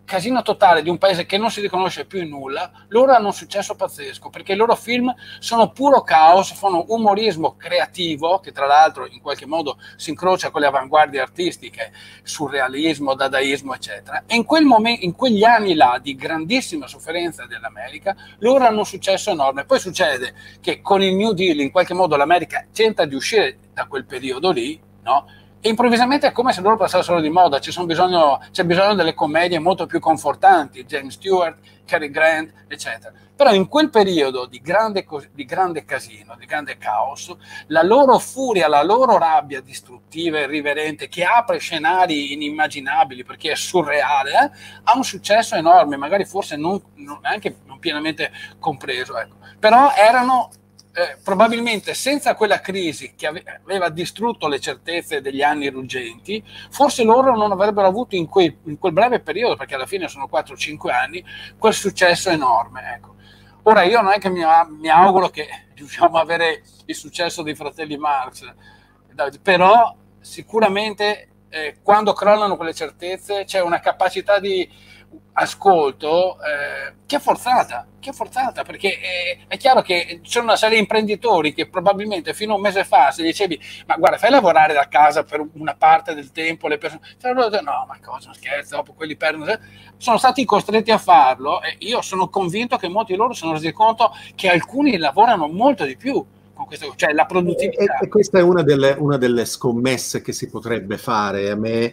casino totale di un paese che non si riconosce più in nulla, loro hanno un successo pazzesco, perché i loro film sono puro caos, fanno umorismo creativo, che tra l'altro in qualche modo si incrocia con le avanguardie artistiche, surrealismo, dadaismo, eccetera. E in quegli anni là di grandissima sofferenza dell'America, loro hanno un successo enorme. Poi succede che con il New Deal in qualche modo l'America tenta di uscire da quel periodo lì, no? E improvvisamente è come se loro passassero di moda, c'è bisogno delle commedie molto più confortanti, James Stewart, Cary Grant, eccetera. Però in quel periodo di grande casino, di grande caos, la loro furia, la loro rabbia distruttiva e irriverente, che apre scenari inimmaginabili perché è surreale, ha un successo enorme, magari forse neanche non pienamente compreso. Ecco. Però erano... probabilmente senza quella crisi che aveva distrutto le certezze degli anni ruggenti, forse loro non avrebbero avuto in quel breve periodo, perché alla fine sono 4-5 anni, quel successo enorme. Ecco. Ora io non è che mi auguro che riusciamo a avere il successo dei fratelli Marx, però sicuramente quando crollano quelle certezze c'è una capacità di ascolto che è forzata, perché è chiaro che c'è una serie di imprenditori che probabilmente fino a un mese fa se dicevi ma guarda fai lavorare da casa per una parte del tempo le persone, no ma cosa, scherzo, dopo quelli perdono, sono stati costretti a farlo e io sono convinto che molti di loro si sono resi conto che alcuni lavorano molto di più con questo, cioè la produttività. E questa è una delle scommesse che si potrebbe fare. A me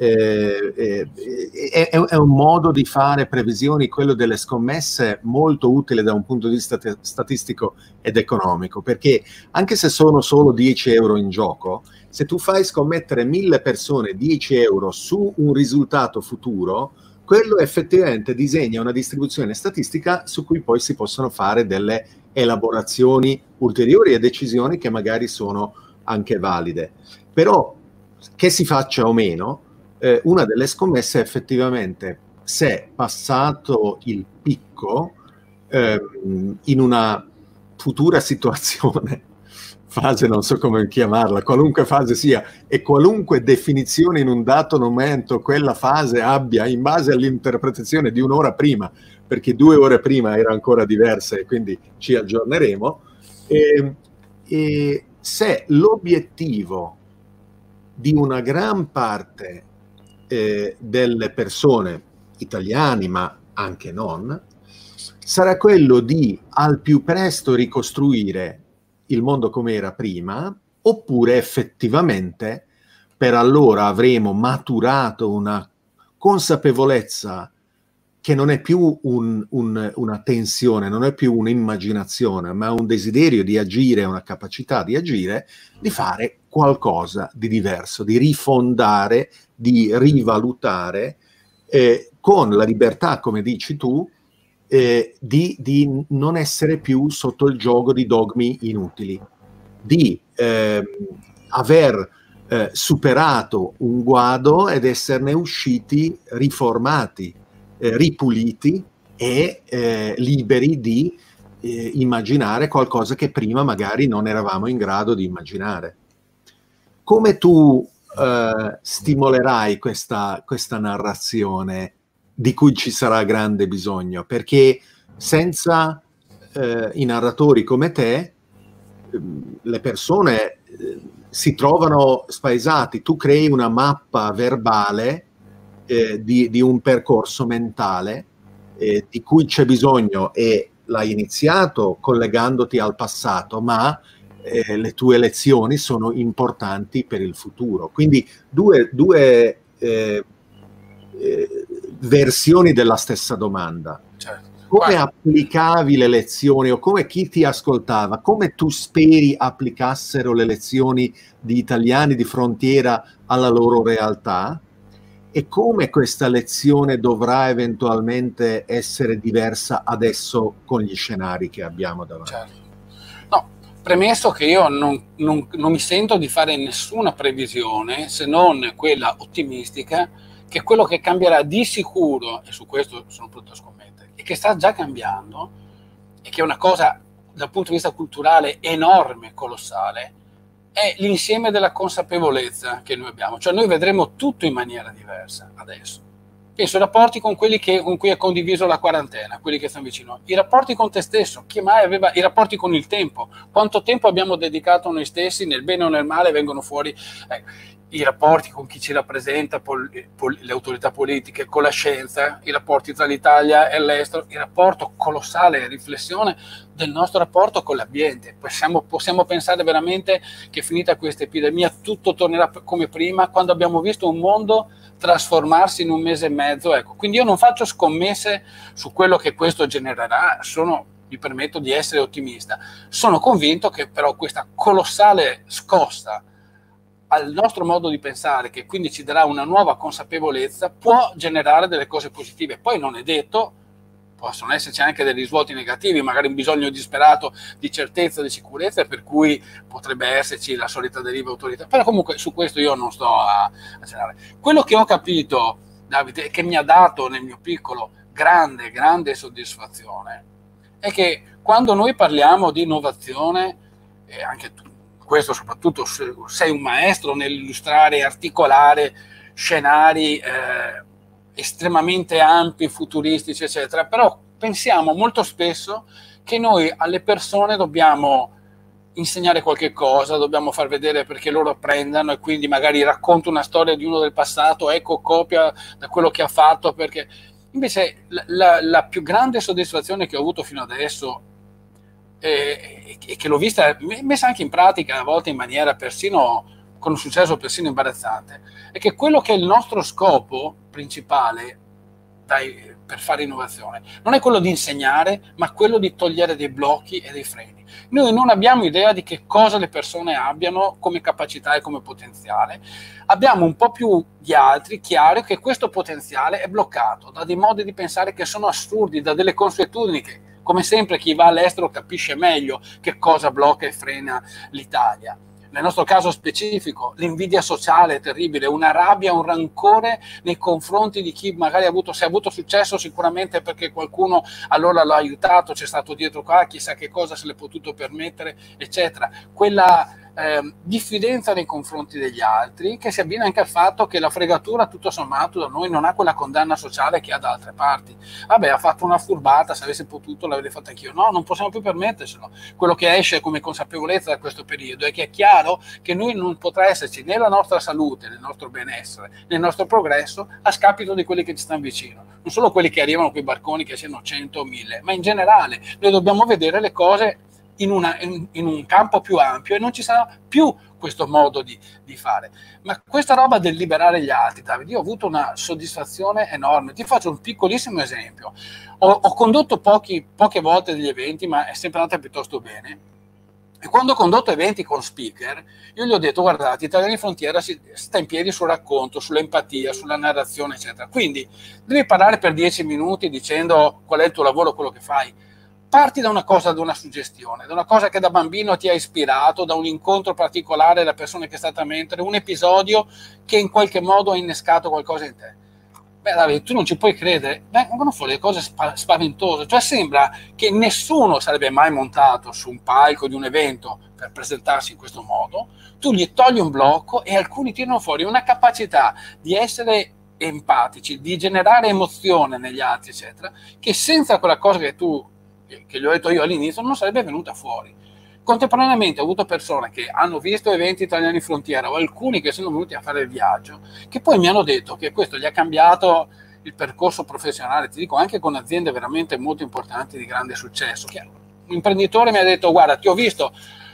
è un modo di fare previsioni, quello delle scommesse, molto utile da un punto di vista statistico ed economico, perché anche se sono solo 10 euro in gioco, se tu fai scommettere 1000 persone 10 euro su un risultato futuro, quello effettivamente disegna una distribuzione statistica su cui poi si possono fare delle elaborazioni ulteriori e decisioni che magari sono anche valide. Però, che si faccia o meno, una delle scommesse è effettivamente se passato il picco in una futura situazione, fase non so come chiamarla, qualunque fase sia e qualunque definizione in un dato momento quella fase abbia in base all'interpretazione di un'ora prima, perché 2 ore prima era ancora diversa e quindi ci aggiorneremo, e se l'obiettivo di una gran parte delle persone italiane, ma anche non, sarà quello di al più presto ricostruire il mondo come era prima, oppure effettivamente per allora avremo maturato una consapevolezza che non è più una tensione, non è più un'immaginazione, ma un desiderio di agire, una capacità di agire, di fare qualcosa di diverso, di rifondare, di rivalutare, con la libertà, come dici tu, di non essere più sotto il gioco di dogmi inutili, di aver superato un guado ed esserne usciti riformati, ripuliti e liberi di immaginare qualcosa che prima magari non eravamo in grado di immaginare. Come tu stimolerai questa narrazione di cui ci sarà grande bisogno? Perché senza i narratori come te, le persone si trovano spaesati. Tu crei una mappa verbale di un percorso mentale di cui c'è bisogno e l'hai iniziato collegandoti al passato, ma le tue lezioni sono importanti per il futuro. Quindi due versioni della stessa domanda. Certo. Come applicavi le lezioni o come chi ti ascoltava, come tu speri applicassero le lezioni di italiani di frontiera alla loro realtà e come questa lezione dovrà eventualmente essere diversa adesso con gli scenari che abbiamo davanti? Certo. No, premesso che io non mi sento di fare nessuna previsione se non quella ottimistica, che quello che cambierà di sicuro, e su questo sono pronto a scommettere, e che sta già cambiando, e che è una cosa dal punto di vista culturale enorme, colossale, è l'insieme della consapevolezza che noi abbiamo. Cioè noi vedremo tutto in maniera diversa adesso. Penso ai rapporti con quelli con cui hai condiviso la quarantena, quelli che stanno vicino. I rapporti con te stesso, chi mai aveva i rapporti con il tempo? Quanto tempo abbiamo dedicato a noi stessi, nel bene o nel male, vengono fuori i rapporti con chi ci rappresenta, le autorità politiche, con la scienza, i rapporti tra l'Italia e l'estero, il rapporto colossale, riflessione del nostro rapporto con l'ambiente. Possiamo pensare veramente che finita questa epidemia tutto tornerà come prima, quando abbiamo visto un mondo trasformarsi in un mese e mezzo, ecco. Quindi io non faccio scommesse su quello che questo genererà, mi permetto di essere ottimista. Sono convinto che però questa colossale scossa al nostro modo di pensare, che quindi ci darà una nuova consapevolezza, può generare delle cose positive. Poi non è detto, possono esserci anche dei risvolti negativi, magari un bisogno disperato di certezza, di sicurezza, per cui potrebbe esserci la solita deriva autoritaria. Però comunque su questo io non sto a cenare. Quello che ho capito, Davide, e che mi ha dato nel mio piccolo grande soddisfazione, è che quando noi parliamo di innovazione, e anche tu, questo soprattutto sei un maestro nell'illustrare e articolare scenari estremamente ampi, futuristici, eccetera, però pensiamo molto spesso che noi alle persone dobbiamo insegnare qualche cosa, dobbiamo far vedere perché loro apprendano, e quindi magari racconto una storia di uno del passato, ecco, copia da quello che ha fatto, perché invece la più grande soddisfazione che ho avuto fino adesso, e che l'ho vista messa anche in pratica a volte in maniera persino con un successo persino imbarazzante, è che quello che è il nostro scopo principale per fare innovazione non è quello di insegnare, ma quello di togliere dei blocchi e dei freni. Noi non abbiamo idea di che cosa le persone abbiano come capacità e come potenziale. Abbiamo un po' più di altri chiaro che questo potenziale è bloccato da dei modi di pensare che sono assurdi, da delle consuetudini che, come sempre, chi va all'estero capisce meglio che cosa blocca e frena l'Italia. Nel nostro caso specifico, l'invidia sociale è terribile, una rabbia, un rancore nei confronti di chi magari se ha avuto successo, sicuramente perché qualcuno allora l'ha aiutato, c'è stato dietro qua, chissà che cosa se l'è potuto permettere, eccetera. Quella diffidenza nei confronti degli altri, che si abbina anche al fatto che la fregatura tutto sommato da noi non ha quella condanna sociale che ha da altre parti. Vabbè, ha fatto una furbata, se avesse potuto l'avrei fatta anch'io. No, non possiamo più permetterselo. Quello che esce come consapevolezza da questo periodo è che è chiaro che noi non potrà esserci né la nostra salute, nel nostro benessere, nel nostro progresso a scapito di quelli che ci stanno vicino. Non solo quelli che arrivano con i barconi, che siano 100 o 1000, ma in generale noi dobbiamo vedere le cose in un campo più ampio, e non ci sarà più questo modo di fare. Ma questa roba del liberare gli altri, Davide, io ho avuto una soddisfazione enorme. Ti faccio un piccolissimo esempio. Ho condotto poche volte degli eventi, ma è sempre andata piuttosto bene. E quando ho condotto eventi con speaker, io gli ho detto: guardate, Italiani Frontiera sta in piedi sul racconto, sull'empatia, sulla narrazione, eccetera. Quindi devi parlare per 10 minuti dicendo qual è il tuo lavoro, quello che fai. Parti da una cosa, da una suggestione, da una cosa che da bambino ti ha ispirato, da un incontro particolare della persona che è stata mentre, un episodio che in qualche modo ha innescato qualcosa in te. Beh, Davide, tu non ci puoi credere, vengono fuori le cose spaventose, cioè sembra che nessuno sarebbe mai montato su un palco di un evento per presentarsi in questo modo. Tu gli togli un blocco e alcuni tirano fuori una capacità di essere empatici, di generare emozione negli altri, eccetera, che senza quella cosa che gli ho detto io all'inizio non sarebbe venuta fuori. Contemporaneamente ho avuto persone che hanno visto eventi Italiani Frontiera, o alcuni che sono venuti a fare il viaggio, che poi mi hanno detto che questo gli ha cambiato il percorso professionale, ti dico, anche con aziende veramente molto importanti di grande successo. Un imprenditore mi ha detto: guarda, ti ho visto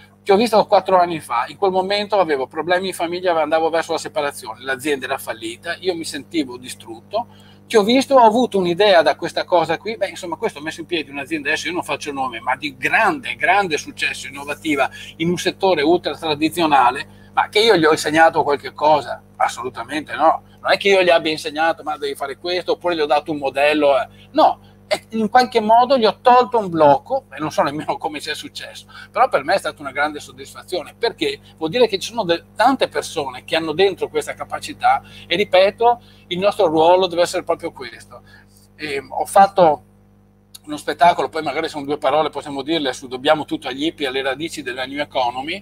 4 anni fa, in quel momento avevo problemi in famiglia, andavo verso la separazione, l'azienda era fallita, io mi sentivo distrutto, ti ho visto, ho avuto un'idea da questa cosa qui, insomma, questo ha messo in piedi un'azienda, adesso io non faccio nome, ma di grande successo, innovativa, in un settore ultra tradizionale. Ma che io gli ho insegnato qualche cosa? Assolutamente no. Non è che io gli abbia insegnato: ma devi fare questo, oppure gli ho dato un modello. No, e in qualche modo gli ho tolto un blocco, e non so nemmeno come sia successo, però per me è stata una grande soddisfazione, perché vuol dire che ci sono tante persone che hanno dentro questa capacità, e ripeto, il nostro ruolo deve essere proprio questo. Ho fatto uno spettacolo, poi magari sono 2 parole, possiamo dirle, su Dobbiamo tutto agli hippie, alle radici della New Economy,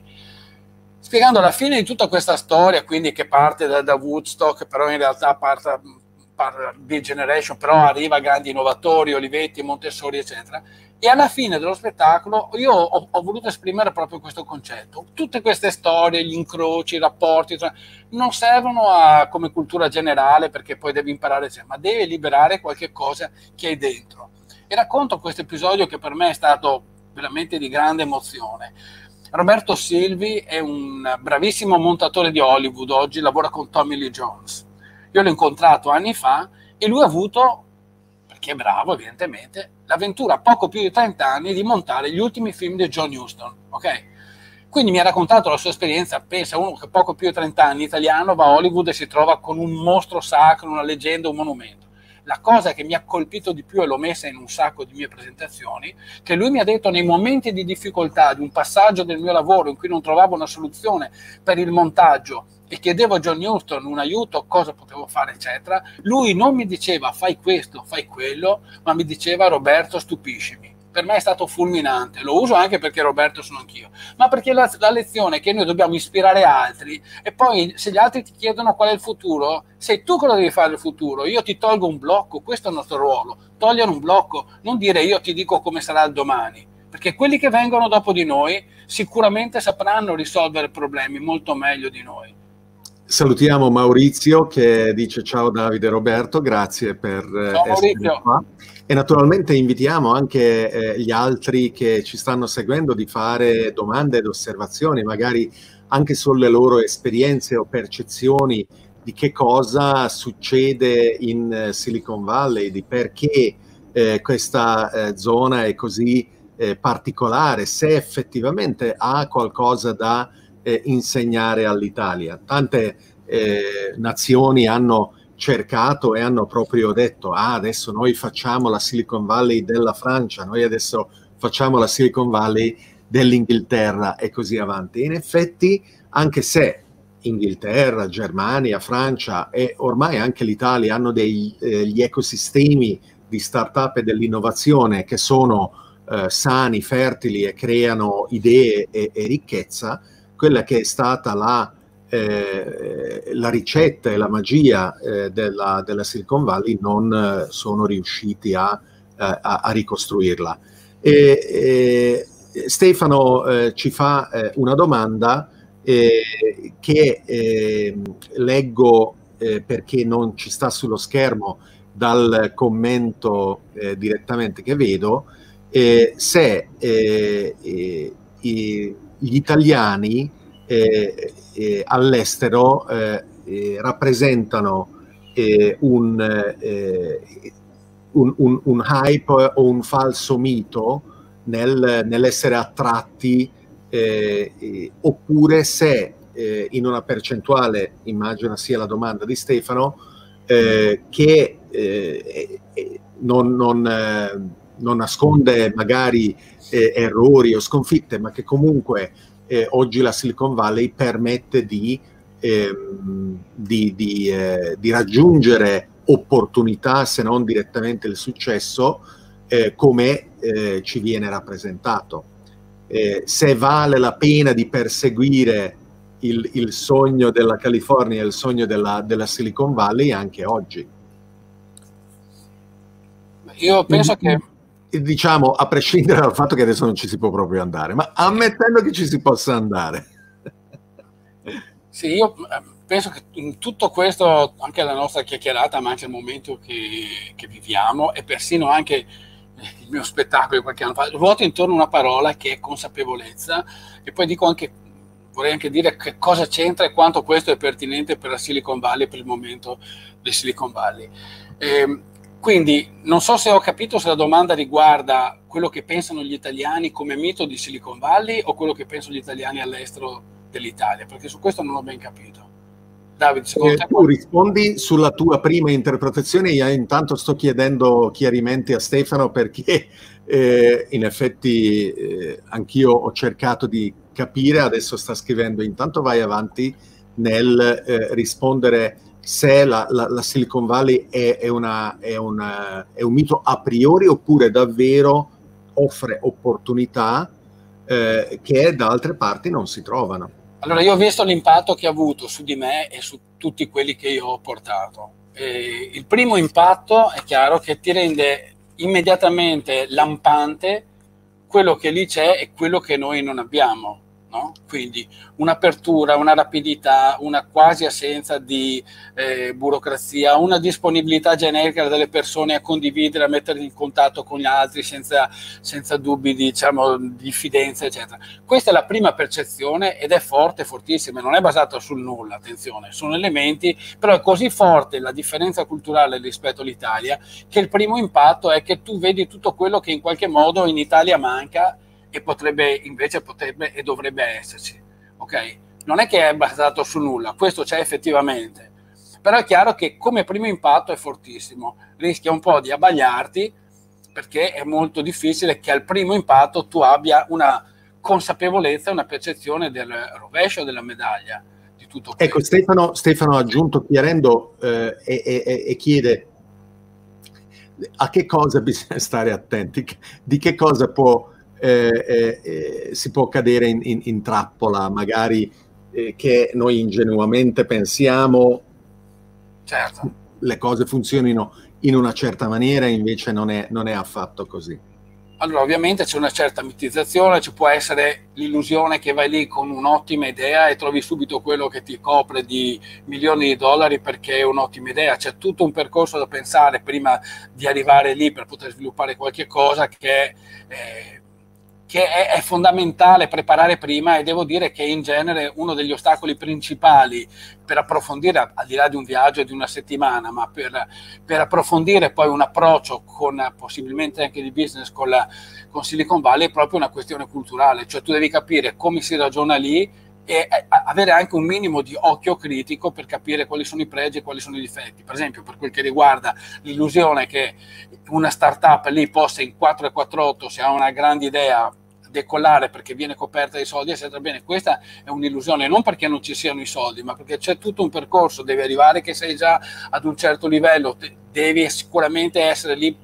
spiegando la fine di tutta questa storia, quindi che parte da Woodstock, però in realtà Big Generation, però arriva grandi innovatori, Olivetti, Montessori, eccetera. E alla fine dello spettacolo io ho voluto esprimere proprio questo concetto. Tutte queste storie, gli incroci, i rapporti, non servono come cultura generale, perché poi devi imparare, ma devi liberare qualche cosa che hai dentro. E racconto questo episodio che per me è stato veramente di grande emozione. Roberto Silvi è un bravissimo montatore di Hollywood, oggi lavora con Tommy Lee Jones. Io l'ho incontrato anni fa e lui ha avuto, perché è bravo evidentemente, l'avventura a poco più di 30 anni di montare gli ultimi film di John Huston, ok? Quindi mi ha raccontato la sua esperienza. Pensa, uno che poco più di 30 anni, italiano, va a Hollywood e si trova con un mostro sacro, una leggenda, un monumento. La cosa che mi ha colpito di più, e l'ho messa in un sacco di mie presentazioni, che lui mi ha detto nei momenti di difficoltà, di un passaggio del mio lavoro in cui non trovavo una soluzione per il montaggio e chiedevo a John Huston un aiuto, cosa potevo fare, eccetera, lui non mi diceva fai questo, fai quello, ma mi diceva Roberto, stupiscimi. Per me è stato fulminante, lo uso anche perché Roberto sono anch'io, ma perché la lezione è che noi dobbiamo ispirare altri e poi se gli altri ti chiedono qual è il futuro, sei tu che lo devi fare il futuro, io ti tolgo un blocco, questo è il nostro ruolo, togliere un blocco, non dire io ti dico come sarà il domani, perché quelli che vengono dopo di noi sicuramente sapranno risolvere problemi molto meglio di noi. Salutiamo Maurizio che dice ciao Davide e Roberto, grazie per essere qua. E naturalmente invitiamo anche gli altri che ci stanno seguendo di fare domande ed osservazioni, magari anche sulle loro esperienze o percezioni di che cosa succede in Silicon Valley, di perché questa zona è così particolare, se effettivamente ha qualcosa da insegnare all'Italia. Tante nazioni hanno cercato e hanno proprio detto adesso noi facciamo la Silicon Valley della Francia, noi adesso facciamo la Silicon Valley dell'Inghilterra e così avanti. In effetti, anche se Inghilterra, Germania, Francia e ormai anche l'Italia hanno gli ecosistemi di startup e dell'innovazione che sono sani, fertili e creano idee e ricchezza, quella che è stata la ricetta e la magia della Silicon Valley non sono riusciti a ricostruirla. Stefano ci fa una domanda che leggo perché non ci sta sullo schermo dal commento direttamente che vedo, se gli italiani all'estero rappresentano un hype o un falso mito nell'essere attratti, oppure se in una percentuale, immagino sia la domanda di Stefano, che non nasconde magari errori o sconfitte, ma che comunque oggi la Silicon Valley permette di raggiungere opportunità, se non direttamente il successo, come ci viene rappresentato. Se vale la pena di perseguire il sogno della California, il sogno della Silicon Valley anche oggi. Io penso che, diciamo, a prescindere dal fatto che adesso non ci si può proprio andare, ma ammettendo che ci si possa andare. Sì, io penso che in tutto questo, anche la nostra chiacchierata, ma anche il momento che viviamo, e persino anche il mio spettacolo di qualche anno fa, ruota intorno a una parola che è consapevolezza, e poi vorrei anche dire che cosa c'entra e quanto questo è pertinente per la Silicon Valley, per il momento del Silicon Valley. Quindi non so se ho capito se la domanda riguarda quello che pensano gli italiani come mito di Silicon Valley o quello che pensano gli italiani all'estero dell'Italia, perché su questo non ho ben capito. Davide, secondo te... Tu rispondi sulla tua prima interpretazione, io intanto sto chiedendo chiarimenti a Stefano, perché in effetti anch'io ho cercato di capire, adesso sta scrivendo, intanto vai avanti nel rispondere se la Silicon Valley è un mito a priori oppure davvero offre opportunità che da altre parti non si trovano. Allora, io ho visto l'impatto che ha avuto su di me e su tutti quelli che io ho portato. il primo impatto è chiaro che ti rende immediatamente lampante quello che lì c'è e quello che noi non abbiamo, no? Quindi un'apertura, una rapidità, una quasi assenza di burocrazia, una disponibilità generica delle persone a condividere, a mettere in contatto con gli altri senza dubbi, diciamo, di diffidenza, eccetera. Questa è la prima percezione ed è forte, fortissima, non è basata sul nulla, attenzione, sono elementi, però è così forte la differenza culturale rispetto all'Italia che il primo impatto è che tu vedi tutto quello che in qualche modo in Italia manca e potrebbe e dovrebbe esserci, ok? Non è che è basato su nulla, questo c'è effettivamente, però è chiaro che come primo impatto è fortissimo, rischia un po' di abbagliarti perché è molto difficile che al primo impatto tu abbia una consapevolezza, una percezione del rovescio della medaglia di tutto questo. Ecco, Stefano ha aggiunto chiarendo e chiede a che cosa bisogna stare attenti, di che cosa si può cadere in trappola, magari che noi ingenuamente pensiamo certo. le cose funzionino in una certa maniera, invece non è affatto così. Allora, ovviamente c'è una certa mitizzazione, ci può essere l'illusione che vai lì con un'ottima idea e trovi subito quello che ti copre di milioni di dollari perché è un'ottima idea. C'è tutto un percorso da pensare prima di arrivare lì per poter sviluppare qualche cosa che è fondamentale preparare prima, e devo dire che in genere uno degli ostacoli principali per approfondire, al di là di un viaggio di una settimana, ma per approfondire poi un approccio con possibilmente anche di business con Silicon Valley, è proprio una questione culturale, cioè tu devi capire come si ragiona lì e avere anche un minimo di occhio critico per capire quali sono i pregi e quali sono i difetti. Per esempio, per quel che riguarda l'illusione che una startup lì possa in 448, se ha una grande idea, decollare perché viene coperta dai soldi, eccetera. Bene, questa è un'illusione, non perché non ci siano i soldi, ma perché c'è tutto un percorso, devi arrivare che sei già ad un certo livello, devi sicuramente essere lì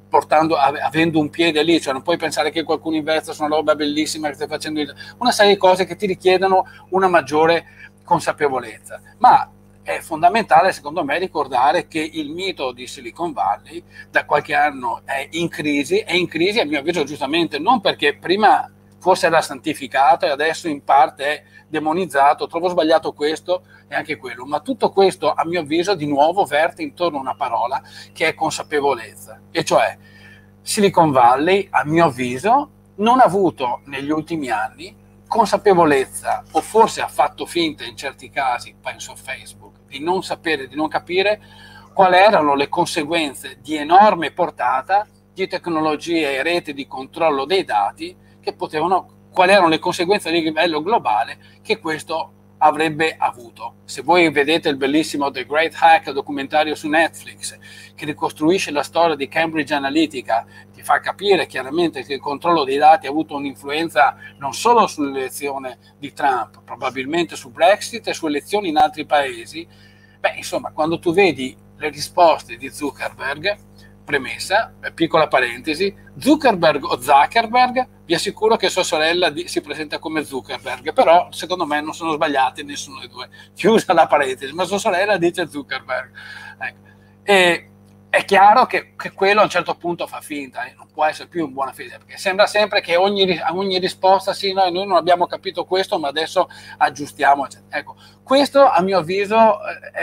avendo un piede lì, cioè non puoi pensare che qualcuno investa su una roba bellissima che stai facendo una serie di cose che ti richiedono una maggiore consapevolezza. Ma è fondamentale, secondo me, ricordare che il mito di Silicon Valley da qualche anno è in crisi a mio avviso giustamente, non perché prima forse era santificato e adesso in parte è demonizzato, trovo sbagliato questo e anche quello, ma tutto questo a mio avviso di nuovo verte intorno a una parola che è consapevolezza, e cioè Silicon Valley a mio avviso non ha avuto negli ultimi anni consapevolezza, o forse ha fatto finta in certi casi, penso a Facebook, di non sapere, di non capire quali erano le conseguenze di enorme portata di tecnologie e reti di controllo dei dati quali erano le conseguenze a livello globale che questo avrebbe avuto. Se voi vedete il bellissimo The Great Hack, documentario su Netflix, che ricostruisce la storia di Cambridge Analytica, ti fa capire chiaramente che il controllo dei dati ha avuto un'influenza non solo sull'elezione di Trump, probabilmente su Brexit e su elezioni in altri paesi. Insomma, quando tu vedi le risposte di Zuckerberg, premessa, piccola parentesi, Zuckerberg o Zuckerberg, vi assicuro che sua sorella si presenta come Zuckerberg, però secondo me non sono sbagliati nessuno dei due, chiusa la parentesi, ma sua sorella dice Zuckerberg. Ecco. E è chiaro che quello a un certo punto fa finta, non può essere più in buona fede, perché sembra sempre che a ogni risposta sì, noi non abbiamo capito questo, ma adesso aggiustiamo. Eccetera. Ecco, questo a mio avviso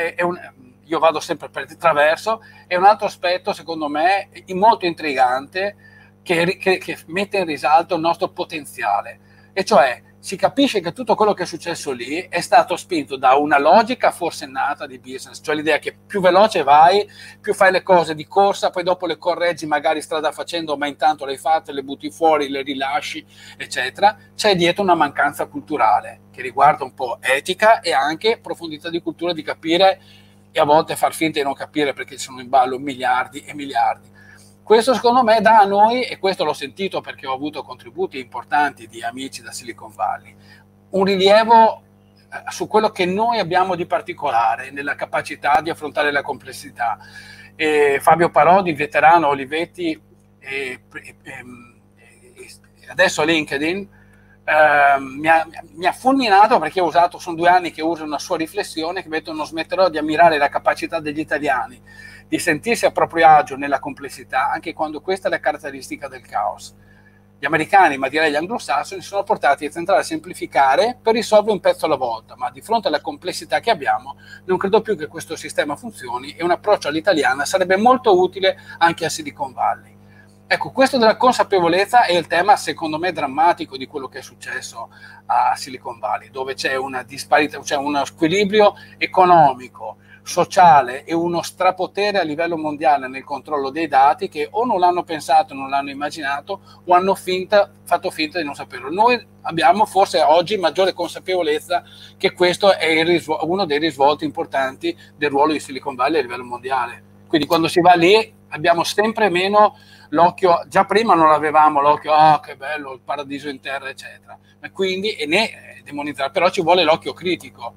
io vado sempre per di traverso, è un altro aspetto secondo me molto intrigante che mette in risalto il nostro potenziale, e cioè si capisce che tutto quello che è successo lì è stato spinto da una logica forsennata di business, cioè l'idea che più veloce vai, più fai le cose di corsa, poi dopo le correggi magari strada facendo, ma intanto le hai fatte, le butti fuori, le rilasci, eccetera. C'è dietro una mancanza culturale che riguarda un po' etica e anche profondità di cultura, di capire e a volte far finta di non capire perché ci sono in ballo miliardi e miliardi. Questo secondo me dà a noi, e questo l'ho sentito perché ho avuto contributi importanti di amici da Silicon Valley, un rilievo su quello che noi abbiamo di particolare nella capacità di affrontare la complessità. Fabio Parodi, veterano Olivetti, adesso a LinkedIn, mi ha fulminato, perché sono 2 anni che uso una sua riflessione, che detto: non smetterò di ammirare la capacità degli italiani di sentirsi a proprio agio nella complessità, anche quando questa è la caratteristica del caos. Gli americani, ma direi gli anglosassoni, sono portati a tentare a semplificare per risolvere un pezzo alla volta, ma di fronte alla complessità che abbiamo non credo più che questo sistema funzioni, e un approccio all'italiana sarebbe molto utile anche a Silicon Valley. Ecco, questo della consapevolezza è il tema, secondo me, drammatico di quello che è successo a Silicon Valley, dove c'è una disparità, c'è uno squilibrio economico, sociale e uno strapotere a livello mondiale nel controllo dei dati, che o non l'hanno pensato, non l'hanno immaginato, o hanno fatto finta di non saperlo. Noi abbiamo forse oggi maggiore consapevolezza che questo è uno dei risvolti importanti del ruolo di Silicon Valley a livello mondiale. Quindi quando si va lì abbiamo sempre meno l'occhio, già prima non avevamo l'occhio, che bello, il paradiso in terra, eccetera, ma quindi né demonizzare, però ci vuole l'occhio critico.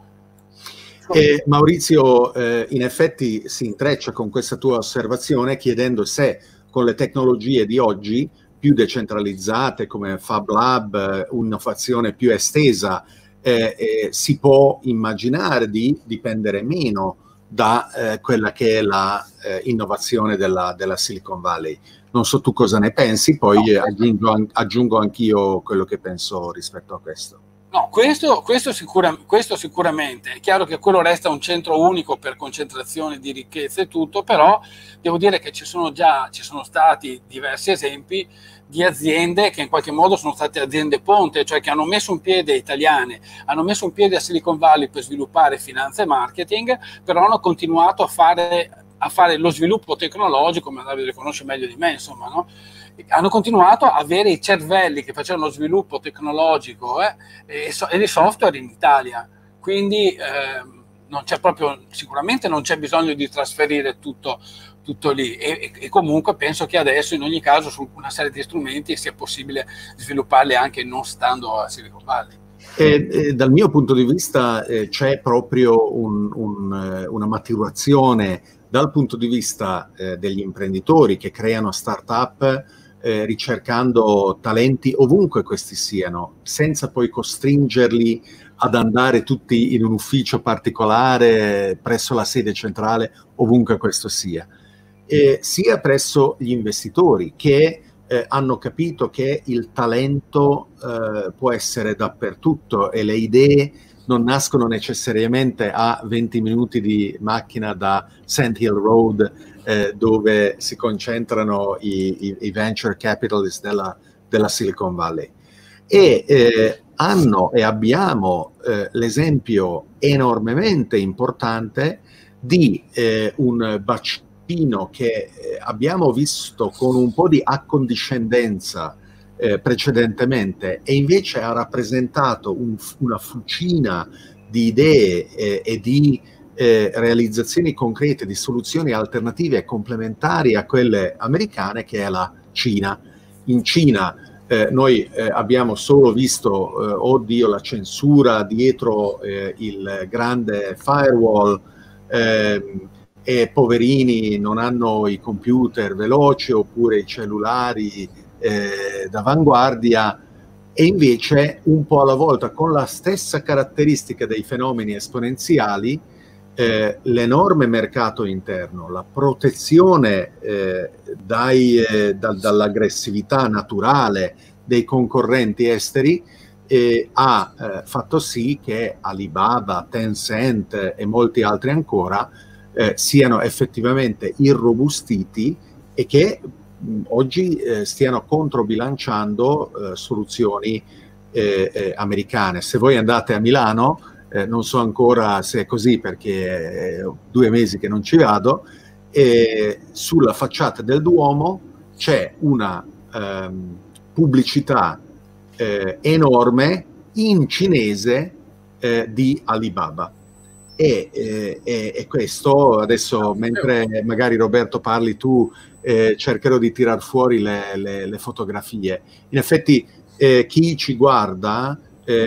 Maurizio, in effetti si intreccia con questa tua osservazione, chiedendo se con le tecnologie di oggi più decentralizzate come Fab Lab, un'innovazione più estesa, si può immaginare di dipendere meno da quella che è la innovazione della Silicon Valley. Non so tu cosa ne pensi, poi aggiungo anch'io quello che penso rispetto a questo. No, questo sicuramente. È chiaro che quello resta un centro unico per concentrazione di ricchezze e tutto, però devo dire che ci sono stati diversi esempi di aziende che in qualche modo sono state aziende ponte, cioè che hanno messo un piede italiane, hanno messo un piede a Silicon Valley per sviluppare finanza e marketing, però hanno continuato a fare lo sviluppo tecnologico, ma Davide conosce meglio di me, insomma, no? Hanno continuato a avere i cervelli che facevano lo sviluppo tecnologico e di software in Italia. Quindi sicuramente non c'è bisogno di trasferire tutto lì, e comunque penso che adesso in ogni caso su una serie di strumenti sia possibile svilupparli anche non stando a Silicon Valley. Dal mio punto di vista c'è proprio una maturazione dal punto di vista degli imprenditori che creano start-up ricercando talenti ovunque questi siano, senza poi costringerli ad andare tutti in un ufficio particolare presso la sede centrale, ovunque questo sia. Sia presso gli investitori che hanno capito che il talento può essere dappertutto e le idee non nascono necessariamente a 20 minuti di macchina da Sand Hill Road, dove si concentrano i venture capitalist della Silicon Valley. Abbiamo l'esempio enormemente importante di un bacino che abbiamo visto con un po' di accondiscendenza precedentemente, e invece ha rappresentato una fucina di idee e di realizzazioni concrete, di soluzioni alternative e complementari a quelle americane, che è la Cina. In Cina noi abbiamo solo visto, la censura dietro il grande firewall, e poverini non hanno i computer veloci oppure i cellulari d'avanguardia, e invece un po' alla volta, con la stessa caratteristica dei fenomeni esponenziali, l'enorme mercato interno, la protezione dall'aggressività naturale dei concorrenti esteri, ha fatto sì che Alibaba, Tencent e molti altri ancora siano effettivamente irrobustiti e che oggi stiano controbilanciando soluzioni americane. Se voi andate a Milano, non so ancora se è così perché è 2 mesi che non ci vado, sulla facciata del Duomo c'è una pubblicità enorme in cinese di Alibaba. E questo adesso, mentre magari Roberto parli tu, cercherò di tirar fuori le fotografie. In effetti chi ci guarda,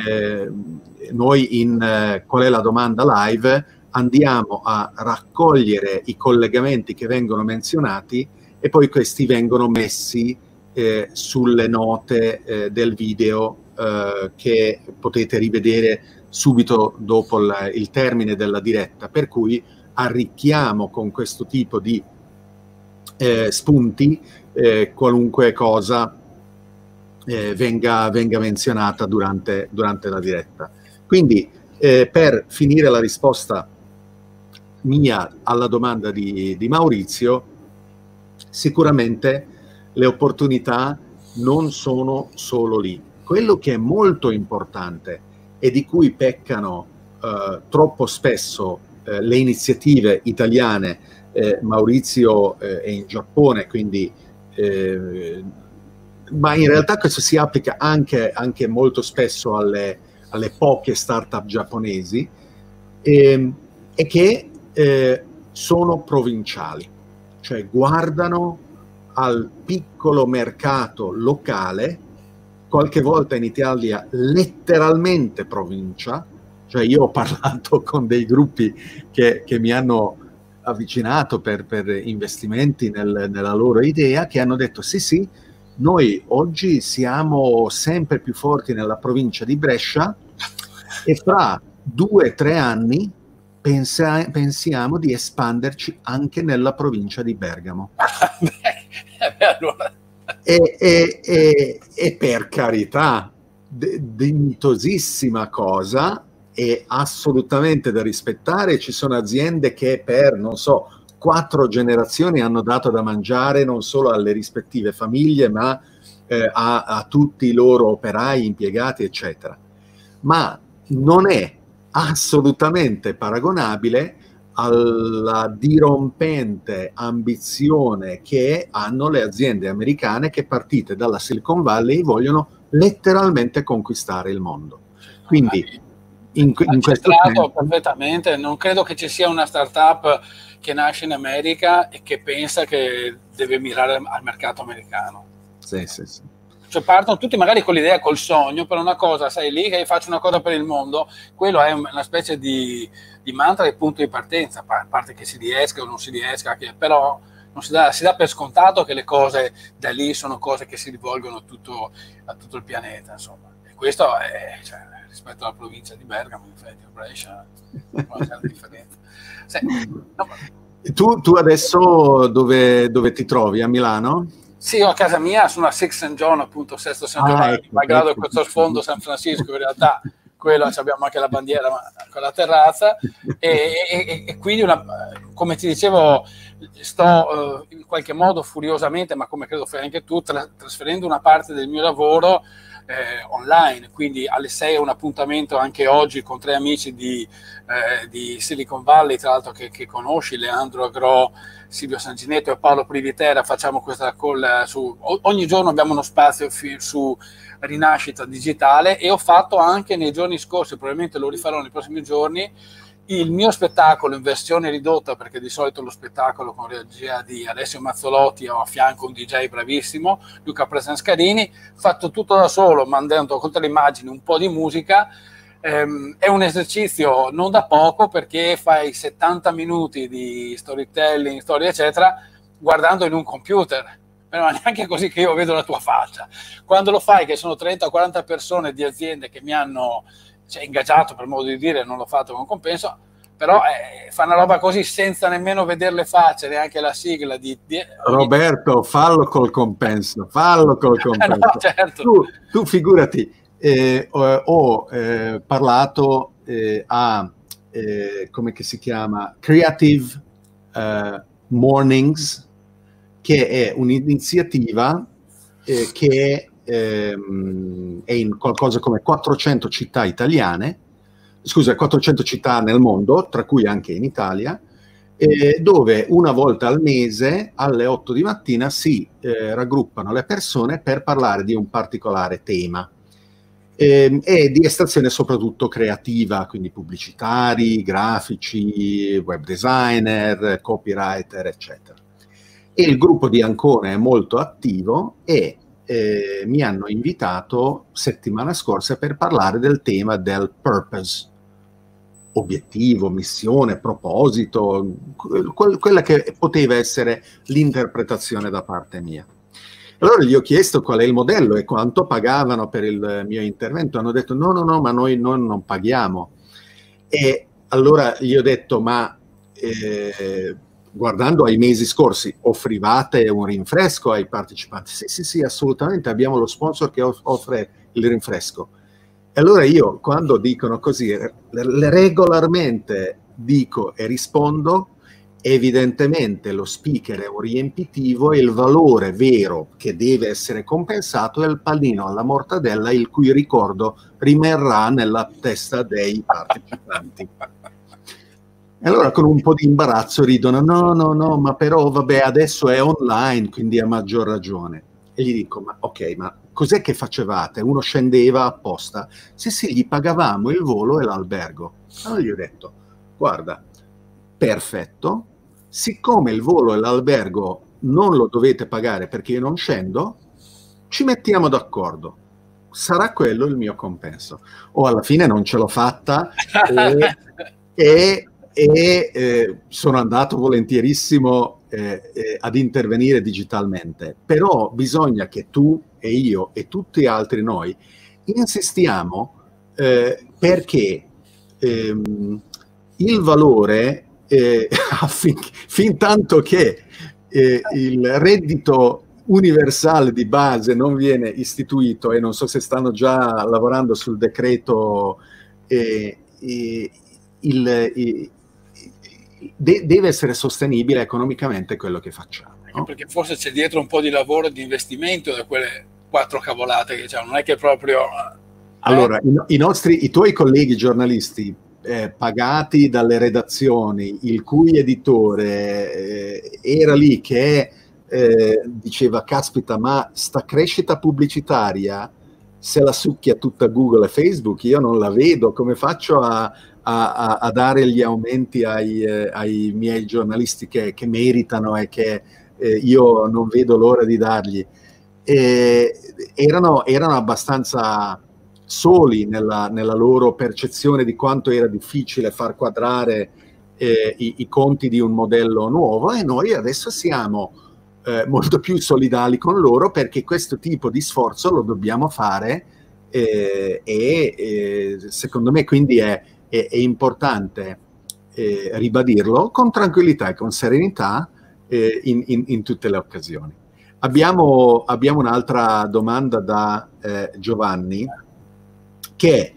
noi in Qual è la domanda live andiamo a raccogliere i collegamenti che vengono menzionati e poi questi vengono messi sulle note del video che potete rivedere subito dopo il termine della diretta, per cui arricchiamo con questo tipo di spunti qualunque cosa venga menzionata durante la diretta. Quindi per finire la risposta mia alla domanda di Maurizio, sicuramente le opportunità non sono solo lì. Quello che è molto importante e di cui peccano troppo spesso le iniziative italiane, Maurizio è in Giappone, quindi ma in realtà questo si applica anche molto spesso alle poche start-up giapponesi, e che sono provinciali, cioè guardano al piccolo mercato locale, qualche volta in Italia letteralmente provincia, cioè io ho parlato con dei gruppi che mi hanno avvicinato per investimenti nella loro idea, che hanno detto sì, noi oggi siamo sempre più forti nella provincia di Brescia e fra 2-3 anni pensiamo di espanderci anche nella provincia di Bergamo. Allora. E per carità, dignitosissima cosa e assolutamente da rispettare. Ci sono aziende che per, non so, 4 generazioni hanno dato da mangiare non solo alle rispettive famiglie, ma a tutti i loro operai, impiegati, eccetera. Ma non è assolutamente paragonabile alla dirompente ambizione che hanno le aziende americane che, partite dalla Silicon Valley, vogliono letteralmente conquistare il mondo. Quindi in questo senso, perfettamente, non credo che ci sia una startup che nasce in America e che pensa che deve mirare al mercato americano. Sì. Cioè partono tutti magari con l'idea, col sogno, per una cosa, sai, lì che faccio una cosa per il mondo, quello è una specie di mantra e punto di partenza, a parte che si riesca o non si riesca, però non si dà per scontato che le cose da lì sono cose che si rivolgono a tutto il pianeta, insomma. E questo è, cioè, rispetto alla provincia di Bergamo, in effetti, a Brescia, una certa differenza. Tu adesso dove ti trovi? A Milano? Sì, io a casa mia sono a Six St. John, appunto, Sesto San Giovanni, malgrado questo sfondo San Francisco, in realtà quello abbiamo anche la bandiera con la terrazza, e quindi come ti dicevo, sto in qualche modo furiosamente, ma come credo fai anche tu, trasferendo una parte del mio lavoro online, quindi alle 6 un appuntamento anche oggi con 3 amici di Silicon Valley, tra l'altro che conosci, Leandro Agro, Silvio Sanginetto e Paolo Privitera. Facciamo questa call ogni giorno abbiamo uno spazio su rinascita digitale, e ho fatto anche nei giorni scorsi, probabilmente lo rifarò nei prossimi giorni, il mio spettacolo in versione ridotta, perché di solito lo spettacolo con regia di Alessio Mazzolotti ho a fianco un DJ bravissimo, Luca Presenscarini, fatto tutto da solo, mandando con le immagini un po' di musica. È un esercizio non da poco, perché fai 70 minuti di storytelling, storia eccetera, guardando in un computer, ma neanche così che io vedo la tua faccia. Quando lo fai, che sono 30-40 persone di aziende che mi hanno ingaggiato, per modo di dire, non l'ho fatto con compenso, però fa una roba così senza nemmeno vedere le facce, neanche la sigla Roberto, fallo col compenso. No, certo. Tu figurati, ho parlato a come che si chiama, Creative Mornings, che è un'iniziativa che è in qualcosa come 400 città italiane, 400 città nel mondo, tra cui anche in Italia, dove una volta al mese alle 8 di mattina si raggruppano le persone per parlare di un particolare tema e di estrazione soprattutto creativa, quindi pubblicitari, grafici, web designer, copywriter, eccetera. E il gruppo di Ancona è molto attivo e mi hanno invitato settimana scorsa per parlare del tema del purpose, obiettivo, missione, proposito, quella che poteva essere l'interpretazione da parte mia. Allora gli ho chiesto qual è il modello e quanto pagavano per il mio intervento. Hanno detto no, ma noi non paghiamo. E allora gli ho detto, ma guardando ai mesi scorsi, offrivate un rinfresco ai partecipanti? Sì, assolutamente, abbiamo lo sponsor che offre il rinfresco. E allora io, quando dicono così, regolarmente dico e rispondo: evidentemente lo speaker è un riempitivo e il valore vero che deve essere compensato è il panino alla mortadella, il cui ricordo rimarrà nella testa dei partecipanti. E allora con un po' di imbarazzo ridono: no, ma però vabbè, adesso è online, quindi ha maggior ragione. E gli dico: ma ok, ma cos'è che facevate? Uno scendeva apposta? Sì, gli pagavamo il volo e l'albergo. Allora gli ho detto: guarda, perfetto, siccome il volo e l'albergo non lo dovete pagare perché io non scendo, ci mettiamo d'accordo, sarà quello il mio compenso. O alla fine non ce l'ho fatta e sono andato volentierissimo ad intervenire digitalmente, però bisogna che tu e io e tutti altri noi insistiamo perché il valore fin tanto che il reddito universale di base non viene istituito, e non so se stanno già lavorando sul decreto, deve essere sostenibile economicamente quello che facciamo. No? Perché forse c'è dietro un po' di lavoro e di investimento da quelle 4 cavolate che c'hanno, non è che proprio... Allora, i tuoi colleghi giornalisti pagati dalle redazioni, il cui editore era lì che diceva: caspita, ma sta crescita pubblicitaria se la succhia tutta Google e Facebook, io non la vedo, come faccio a dare gli aumenti ai miei giornalisti che meritano e che io non vedo l'ora di dargli? Erano abbastanza soli nella loro percezione di quanto era difficile far quadrare i conti di un modello nuovo, e noi adesso siamo molto più solidali con loro, perché questo tipo di sforzo lo dobbiamo fare e secondo me quindi è importante ribadirlo con tranquillità e con serenità in tutte le occasioni. Abbiamo un'altra domanda da Giovanni, che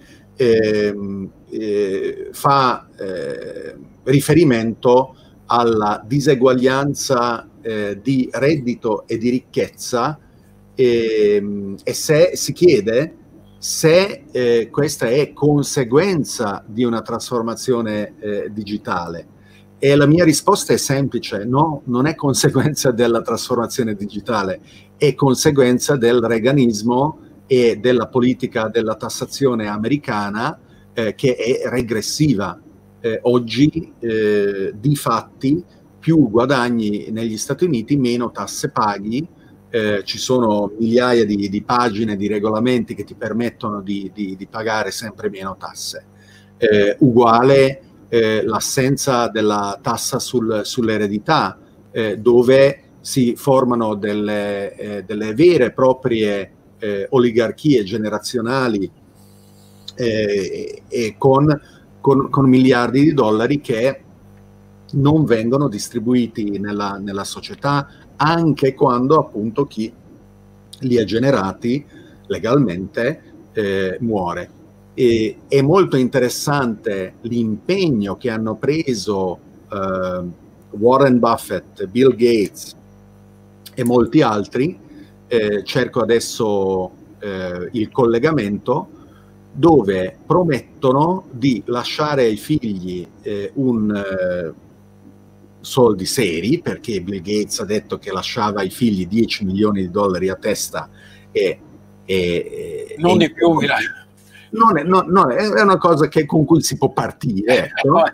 fa riferimento alla diseguaglianza di reddito e di ricchezza, e se si chiede se questa è conseguenza di una trasformazione digitale. E la mia risposta è semplice: no, non è conseguenza della trasformazione digitale, è conseguenza del reaganismo e della politica della tassazione americana che è regressiva. Oggi di fatti più guadagni negli Stati Uniti, meno tasse paghi. Ci sono migliaia di pagine di regolamenti che ti permettono di pagare sempre meno tasse. Uguale l'assenza della tassa sull'eredità, dove si formano delle vere e proprie oligarchie generazionali e con miliardi di dollari che non vengono distribuiti nella società, anche quando appunto chi li ha generati legalmente muore. E è molto interessante l'impegno che hanno preso Warren Buffett, Bill Gates e molti altri. Cerco adesso il collegamento, dove promettono di lasciare ai figli soldi seri, perché Bill Gates ha detto che lasciava ai figli $10 milioni a testa non di più, è una cosa con cui si può partire, ecco.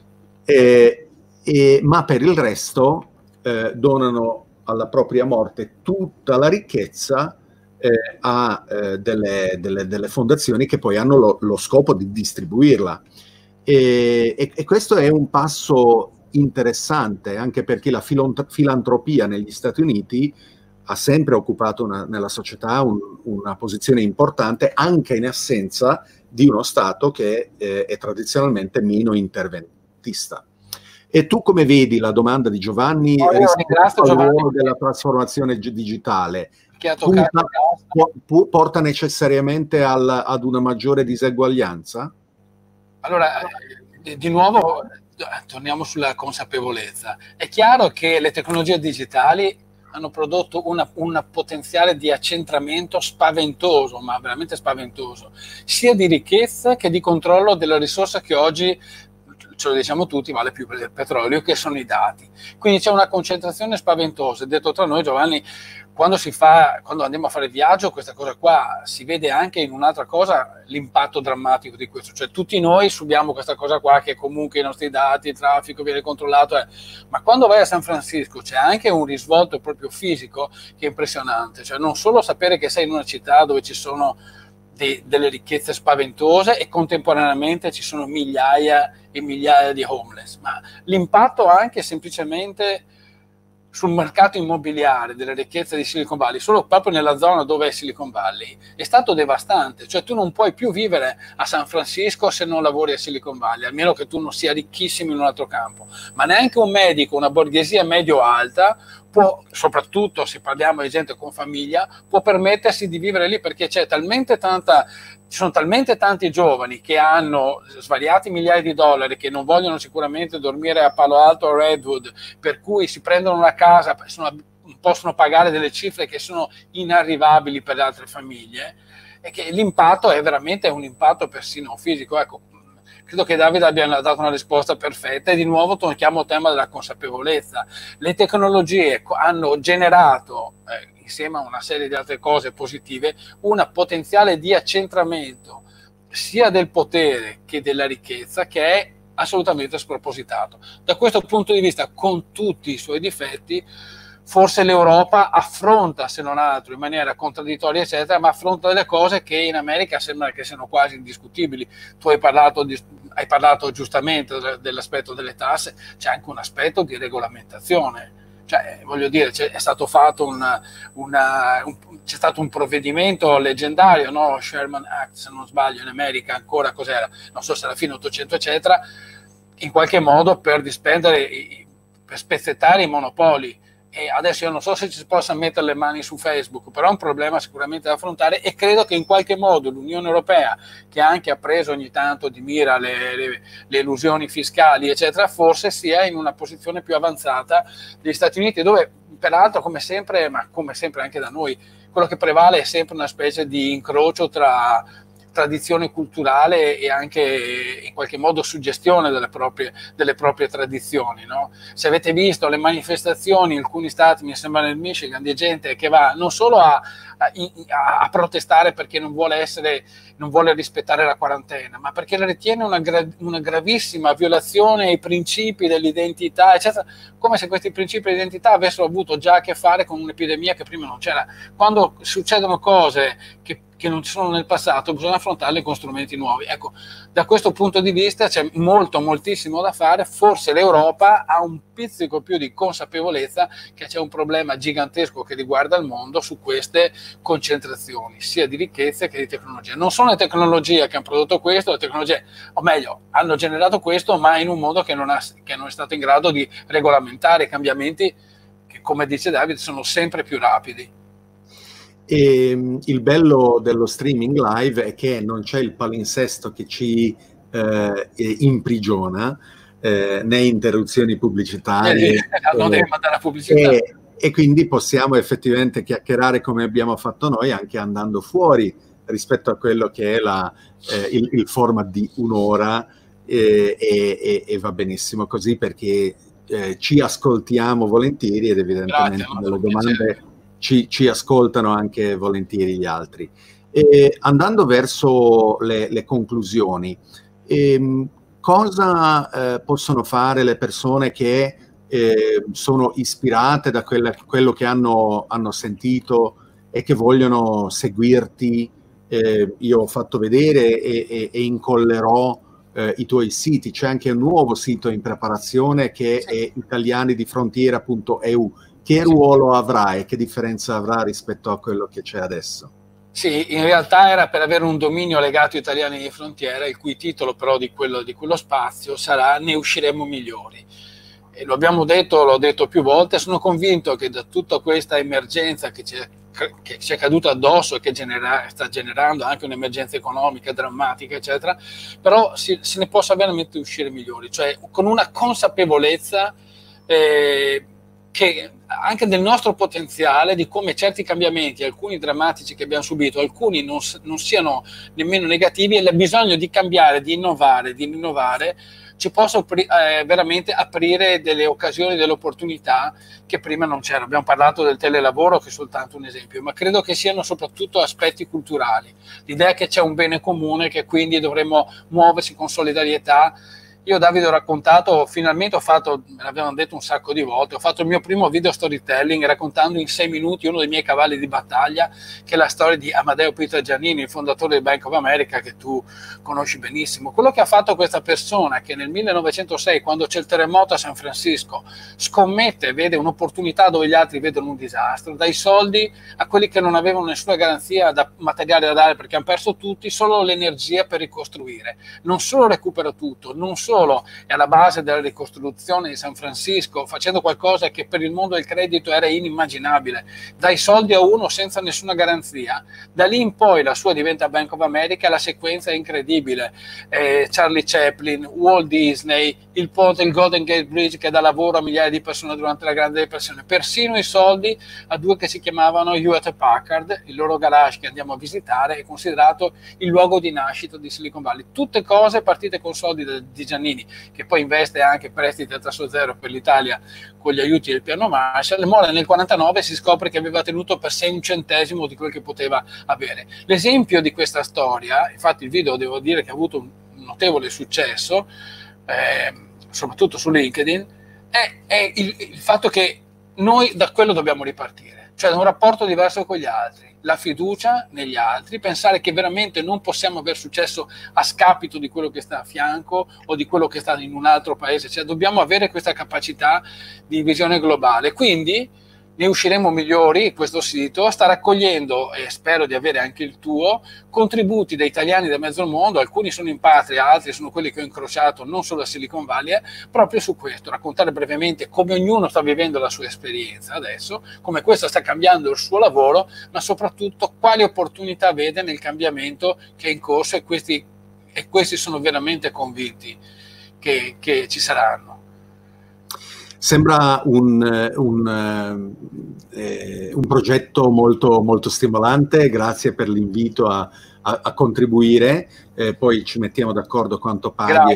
Ma per il resto donano alla propria morte tutta la ricchezza a delle fondazioni che poi hanno lo scopo di distribuirla. E questo è un passo interessante, anche perché la filantropia negli Stati Uniti ha sempre occupato nella società una posizione importante, anche in assenza di uno Stato che è tradizionalmente meno interventista. E tu come vedi la domanda di Giovanni rispetto al ruolo della trasformazione digitale? Porta necessariamente ad una maggiore diseguaglianza? Allora, di nuovo torniamo sulla consapevolezza. È chiaro che le tecnologie digitali hanno prodotto un potenziale di accentramento spaventoso, ma veramente spaventoso, sia di ricchezza che di controllo della risorsa che oggi, ce lo diciamo tutti, vale più per il petrolio, che sono i dati. Quindi c'è una concentrazione spaventosa. Detto tra noi, Giovanni, quando andiamo a fare viaggio, questa cosa qua si vede anche in un'altra cosa, l'impatto drammatico di questo. Cioè tutti noi subiamo questa cosa qua, che comunque i nostri dati, il traffico viene controllato, ma quando vai a San Francisco c'è anche un risvolto proprio fisico che è impressionante. Cioè non solo sapere che sei in una città dove ci sono delle ricchezze spaventose e contemporaneamente ci sono migliaia e migliaia di homeless, ma l'impatto anche semplicemente sul mercato immobiliare delle ricchezze di Silicon Valley, solo proprio nella zona dove è Silicon Valley, è stato devastante. Cioè tu non puoi più vivere a San Francisco se non lavori a Silicon Valley, almeno che tu non sia ricchissimo in un altro campo, ma neanche un medico, una borghesia medio-alta può, soprattutto se parliamo di gente con famiglia, può permettersi di vivere lì, perché ci sono talmente tanti giovani che hanno svariati migliaia di dollari, che non vogliono sicuramente dormire a Palo Alto o Redwood, per cui si prendono una casa, possono pagare delle cifre che sono inarrivabili per le altre famiglie, e che l'impatto è veramente un impatto persino fisico. Ecco, credo che Davide abbia dato una risposta perfetta, e di nuovo torniamo al tema della consapevolezza. Le tecnologie hanno generato, insieme a una serie di altre cose positive, un potenziale di accentramento sia del potere che della ricchezza che è assolutamente spropositato. Da questo punto di vista, con tutti i suoi difetti, forse l'Europa affronta, se non altro in maniera contraddittoria eccetera, ma affronta delle cose che in America sembra che siano quasi indiscutibili. Tu hai parlato giustamente dell'aspetto delle tasse, c'è anche un aspetto di regolamentazione. Cioè, voglio dire, c'è stato fatto c'è stato un provvedimento leggendario, no? Sherman Act, se non sbaglio, in America ancora cos'era, non so se alla fine 800 eccetera, in qualche modo per spezzettare i monopoli. E adesso io non so se ci si possa mettere le mani su Facebook, però è un problema sicuramente da affrontare, e credo che in qualche modo l'Unione Europea, che anche ha preso ogni tanto di mira le elusioni fiscali eccetera, forse sia in una posizione più avanzata degli Stati Uniti, dove peraltro come sempre, ma come sempre anche da noi, quello che prevale è sempre una specie di incrocio tra tradizione culturale e anche in qualche modo suggestione delle proprie tradizioni, no? Se avete visto le manifestazioni in alcuni stati, mi sembra nel Michigan, di gente che va non solo a protestare perché non vuole rispettare la quarantena, ma perché la ritiene una gravissima violazione ai principi dell'identità, eccetera, come se questi principi dell'identità avessero avuto già a che fare con un'epidemia che prima non c'era. Quando succedono cose che non ci sono nel passato, bisogna affrontarle con strumenti nuovi. Ecco, da questo punto di vista c'è moltissimo da fare. Forse l'Europa ha un pizzico più di consapevolezza che c'è un problema gigantesco che riguarda il mondo su queste concentrazioni, sia di ricchezze che di tecnologia. Non sono le tecnologie che hanno prodotto questo, le tecnologie, o meglio, hanno generato questo, ma in un modo che non è stato in grado di regolamentare cambiamenti che, come dice Davide, sono sempre più rapidi. E il bello dello streaming live è che non c'è il palinsesto che ci imprigiona, né interruzioni pubblicitarie. Non devi mandare la pubblicità. E quindi possiamo effettivamente chiacchierare come abbiamo fatto noi, anche andando fuori rispetto a quello che è il format di un'ora, e va benissimo così, perché ci ascoltiamo volentieri, ed evidentemente nelle domande ci ascoltano anche volentieri gli altri. Andando verso le conclusioni, cosa possono fare le persone che sono ispirate da quello che hanno sentito e che vogliono seguirti? Io ho fatto vedere e incollerò i tuoi siti. C'è anche un nuovo sito in preparazione che è italianidifrontiera.eu. che ruolo avrà e che differenza avrà rispetto a quello che c'è adesso? Sì, in realtà era per avere un dominio legato italiani di frontiera, il cui titolo però di quello spazio sarà "Ne usciremo migliori". E lo abbiamo detto, l'ho detto più volte, sono convinto che da tutta questa emergenza che ci è caduta addosso e che sta generando anche un'emergenza economica drammatica, eccetera, però se ne possa veramente uscire migliori, cioè con una consapevolezza che anche del nostro potenziale, di come certi cambiamenti, alcuni drammatici che abbiamo subito, alcuni non siano nemmeno negativi, e il bisogno di cambiare, di innovare, ci possa veramente aprire delle occasioni, delle opportunità che prima non c'erano. Abbiamo parlato del telelavoro, che è soltanto un esempio, ma credo che siano soprattutto aspetti culturali. L'idea che c'è un bene comune, che quindi dovremmo muoversi con solidarietà. Io, Davide, ho raccontato, finalmente ho fatto, me l'abbiamo detto un sacco di volte, ho fatto il mio primo video storytelling raccontando in 6 minuti uno dei miei cavalli di battaglia, che è la storia di Amadeo Peter Giannini, il fondatore del Bank of America, che tu conosci benissimo. Quello che ha fatto questa persona, che nel 1906, quando c'è il terremoto a San Francisco, scommette, vede un'opportunità dove gli altri vedono un disastro, dai soldi a quelli che non avevano nessuna garanzia materiale da dare perché hanno perso tutti, solo l'energia per ricostruire. Non solo recupera tutto, non solo è alla base della ricostruzione di San Francisco, facendo qualcosa che per il mondo del credito era inimmaginabile, dai soldi a uno senza nessuna garanzia. Da lì in poi la sua diventa Bank of America, la sequenza è incredibile. Charlie Chaplin, Walt Disney, il ponte, il Golden Gate Bridge, che dà lavoro a migliaia di persone durante la Grande Depressione, persino i soldi a due che si chiamavano Hewlett Packard. Il loro garage che andiamo a visitare è considerato il luogo di nascita di Silicon Valley. Tutte cose partite con soldi di Giannini, che poi investe anche prestiti a tasso zero per l'Italia con gli aiuti del piano Marshall. Muore nel 49, si scopre che aveva tenuto per sé un centesimo di quel che poteva avere. L'esempio di questa storia, infatti il video devo dire che ha avuto un notevole successo, soprattutto su LinkedIn, è il fatto che noi da quello dobbiamo ripartire, cioè da un rapporto diverso con gli altri, la fiducia negli altri, pensare che veramente non possiamo aver successo a scapito di quello che sta a fianco o di quello che sta in un altro paese, cioè dobbiamo avere questa capacità di visione globale. Quindi ne usciremo migliori. Questo sito sta raccogliendo, e spero di avere anche il tuo, contributi da italiani da mezzo mondo, alcuni sono in patria, altri sono quelli che ho incrociato non solo a Silicon Valley, proprio su questo, raccontare brevemente come ognuno sta vivendo la sua esperienza adesso, come questo sta cambiando il suo lavoro, ma soprattutto quali opportunità vede nel cambiamento che è in corso, e questi sono veramente convinti che ci saranno. Sembra un progetto molto, molto stimolante. Grazie per l'invito a contribuire. Poi ci mettiamo d'accordo quanto paghi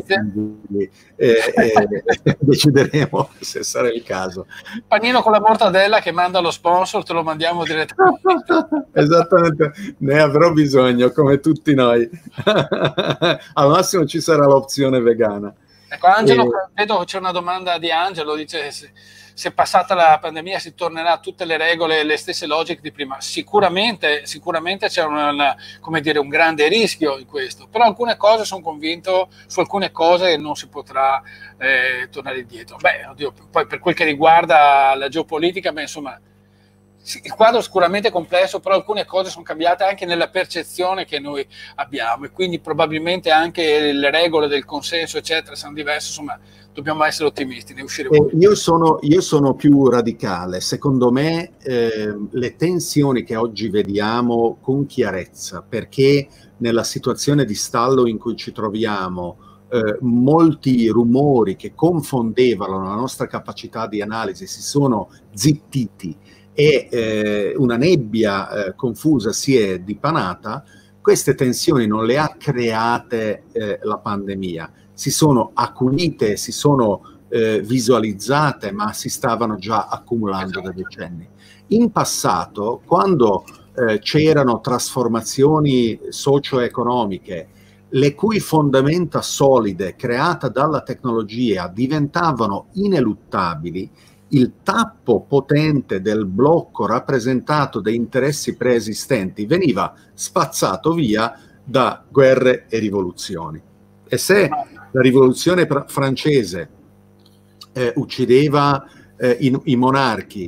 e decideremo se sarà il caso. Panino con la mortadella che manda lo sponsor, te lo mandiamo direttamente. Esattamente, ne avrò bisogno come tutti noi. Al massimo ci sarà l'opzione vegana. Ecco, Angelo, vedo che c'è una domanda di Angelo, dice se passata la pandemia si tornerà a tutte le regole, le stesse logiche di prima. Sicuramente c'è un grande rischio in questo, però alcune cose sono convinto, su alcune cose non si potrà tornare indietro. Poi per quel che riguarda la geopolitica, insomma, il quadro è sicuramente complesso, però alcune cose sono cambiate anche nella percezione che noi abbiamo, e quindi probabilmente anche le regole del consenso eccetera sono diverse. Insomma, dobbiamo essere ottimisti, ne usciremo. Io sono più radicale. Secondo me le tensioni che oggi vediamo con chiarezza, perché nella situazione di stallo in cui ci troviamo, molti rumori che confondevano la nostra capacità di analisi si sono zittiti e una nebbia confusa si è dipanata. Queste tensioni non le ha create la pandemia, si sono acuite, si sono visualizzate, ma si stavano già accumulando da decenni. In passato, quando c'erano trasformazioni socio-economiche, le cui fondamenta solide, create dalla tecnologia, diventavano ineluttabili, il tappo potente del blocco rappresentato da interessi preesistenti veniva spazzato via da guerre e rivoluzioni. E se la rivoluzione francese uccideva i monarchi,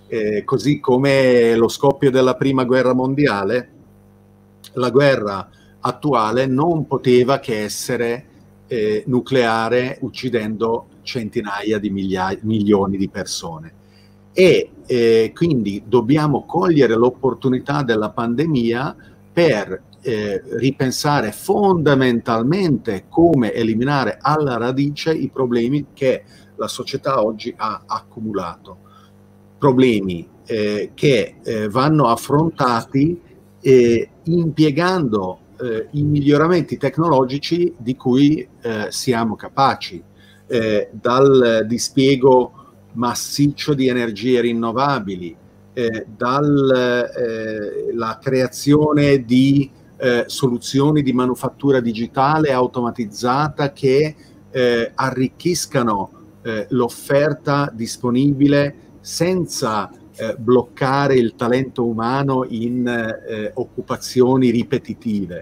così come lo scoppio della Prima Guerra Mondiale, la guerra attuale non poteva che essere nucleare, uccidendo centinaia di milioni di persone. E quindi dobbiamo cogliere l'opportunità della pandemia per ripensare fondamentalmente come eliminare alla radice i problemi che la società oggi ha accumulato. Problemi che vanno affrontati impiegando i miglioramenti tecnologici di cui siamo capaci, dal dispiego massiccio di energie rinnovabili, dalla creazione di soluzioni di manufattura digitale automatizzata che arricchiscano l'offerta disponibile senza bloccare il talento umano in occupazioni ripetitive.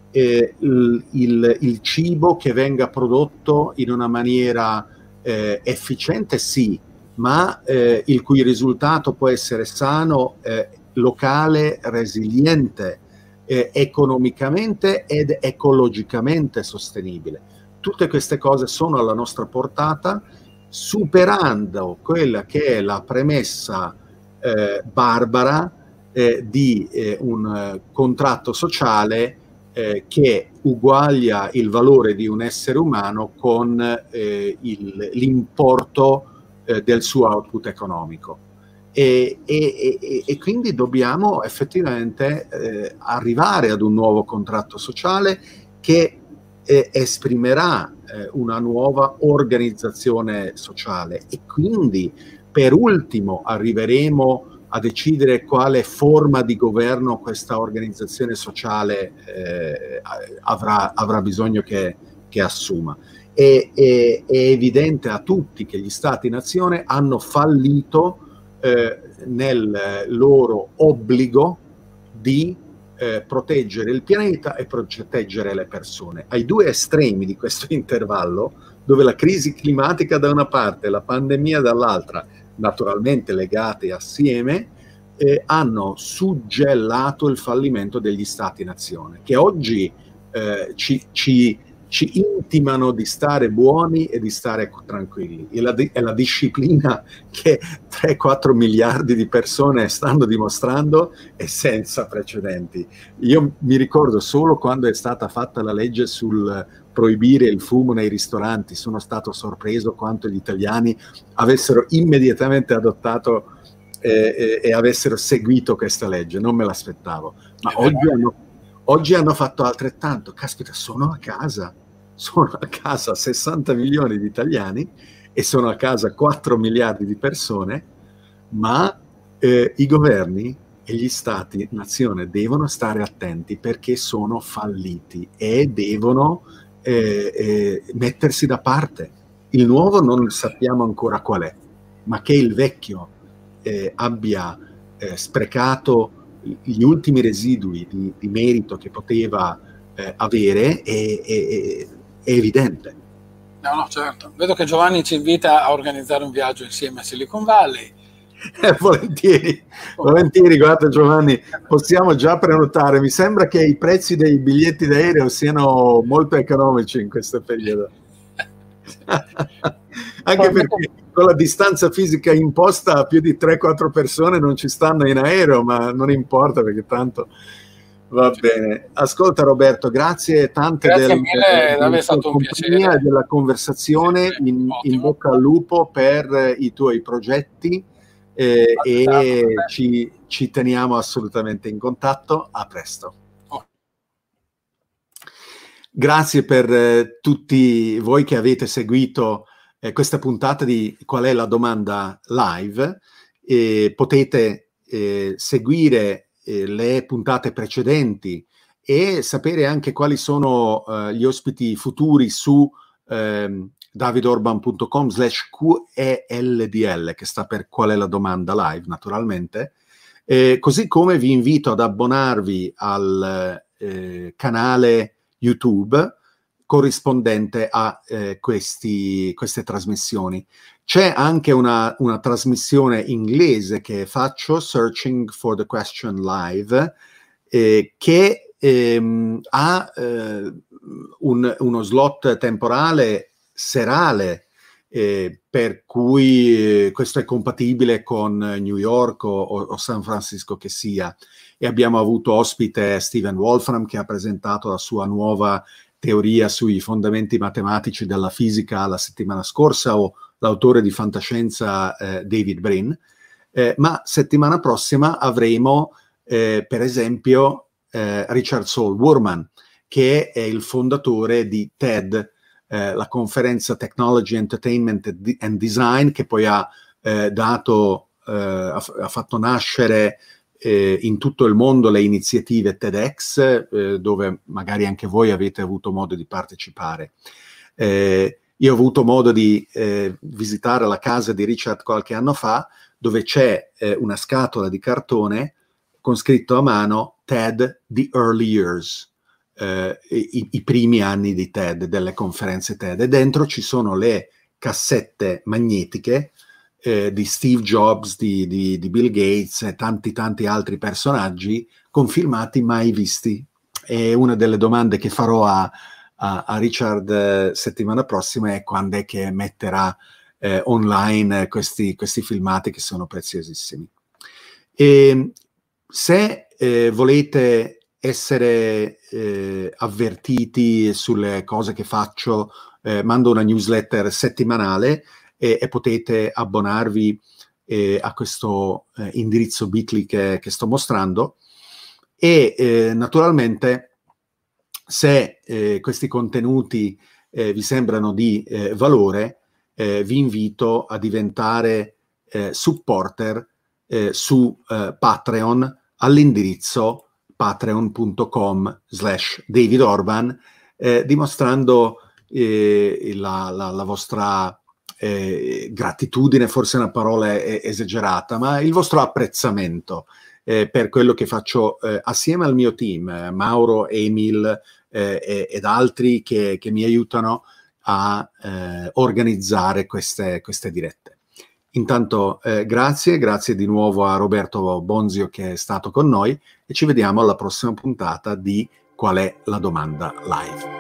Il cibo che venga prodotto in una maniera efficiente, sì, ma il cui risultato può essere sano, locale, resiliente, economicamente ed ecologicamente sostenibile. Tutte queste cose sono alla nostra portata, superando quella che è la premessa barbara di un contratto sociale che uguaglia il valore di un essere umano con l'importo del suo output economico. E quindi dobbiamo effettivamente arrivare ad un nuovo contratto sociale che esprimerà una nuova organizzazione sociale, e quindi per ultimo arriveremo a decidere quale forma di governo questa organizzazione sociale avrà bisogno che assuma. È evidente a tutti che gli Stati-nazione hanno fallito nel loro obbligo di proteggere il pianeta e proteggere le persone. Ai due estremi di questo intervallo, dove la crisi climatica da una parte e la pandemia dall'altra, naturalmente legate assieme, hanno suggellato il fallimento degli Stati-nazione, che oggi ci intimano di stare buoni e di stare tranquilli. E la disciplina che 3-4 miliardi di persone stanno dimostrando è senza precedenti. Io mi ricordo solo quando è stata fatta la legge sul proibire il fumo nei ristoranti, sono stato sorpreso quanto gli italiani avessero immediatamente adottato e avessero seguito questa legge. Non me l'aspettavo, ma oggi hanno fatto altrettanto. Caspita, sono a casa 60 milioni di italiani e sono a casa 4 miliardi di persone, ma i governi e gli stati nazione devono stare attenti perché sono falliti e devono mettersi da parte. Il nuovo non sappiamo ancora qual è, ma che il vecchio abbia sprecato gli ultimi residui di merito che poteva avere è evidente. No, certo. Vedo che Giovanni ci invita a organizzare un viaggio insieme a Silicon Valley. Volentieri, guarda Giovanni, possiamo già prenotare. Mi sembra che i prezzi dei biglietti d'aereo siano molto economici in questo periodo. Anche perché con la distanza fisica imposta più di 3-4 persone non ci stanno in aereo, ma non importa perché tanto va bene. Ascolta Roberto, grazie tante è stato un piacere della conversazione, in bocca al lupo per i tuoi progetti e ci teniamo assolutamente in contatto. A presto. Grazie per tutti voi che avete seguito questa puntata di Qual è la domanda live. Potete seguire le puntate precedenti e sapere anche quali sono gli ospiti futuri su davidorban.com/QELDL, che sta per Qual è la domanda live, naturalmente. Così come vi invito ad abbonarvi al canale YouTube corrispondente a queste trasmissioni. C'è anche una trasmissione inglese che faccio, Searching for the Question Live, che ha uno slot temporale serale, per cui questo è compatibile con New York o San Francisco che sia. E abbiamo avuto ospite Stephen Wolfram, che ha presentato la sua nuova teoria sui fondamenti matematici della fisica la settimana scorsa, o l'autore di fantascienza David Brin, ma settimana prossima avremo per esempio Richard Saul Wurman, che è il fondatore di TED, la conferenza Technology, Entertainment and Design, che poi ha fatto nascere in tutto il mondo le iniziative TEDx, dove magari anche voi avete avuto modo di partecipare. Io ho avuto modo di visitare la casa di Richard qualche anno fa, dove c'è una scatola di cartone con scritto a mano TED The Early Years, i primi anni di TED, delle conferenze TED, e dentro ci sono le cassette magnetiche di Steve Jobs, di Bill Gates e tanti altri personaggi con filmati mai visti. E una delle domande che farò a Richard settimana prossima è quando è che metterà online questi filmati, che sono preziosissimi. E se volete essere avvertiti sulle cose che faccio, mando una newsletter settimanale e potete abbonarvi a questo indirizzo Bitly che sto mostrando. E naturalmente, se questi contenuti vi sembrano di valore, vi invito a diventare supporter su Patreon all'indirizzo patreon.com/David Orban, dimostrando la vostra gratitudine, forse è una parola esagerata, ma il vostro apprezzamento per quello che faccio assieme al mio team, Mauro, Emil ed altri che mi aiutano a organizzare queste dirette. Intanto grazie di nuovo a Roberto Bonzio, che è stato con noi, e ci vediamo alla prossima puntata di Qual è la domanda live.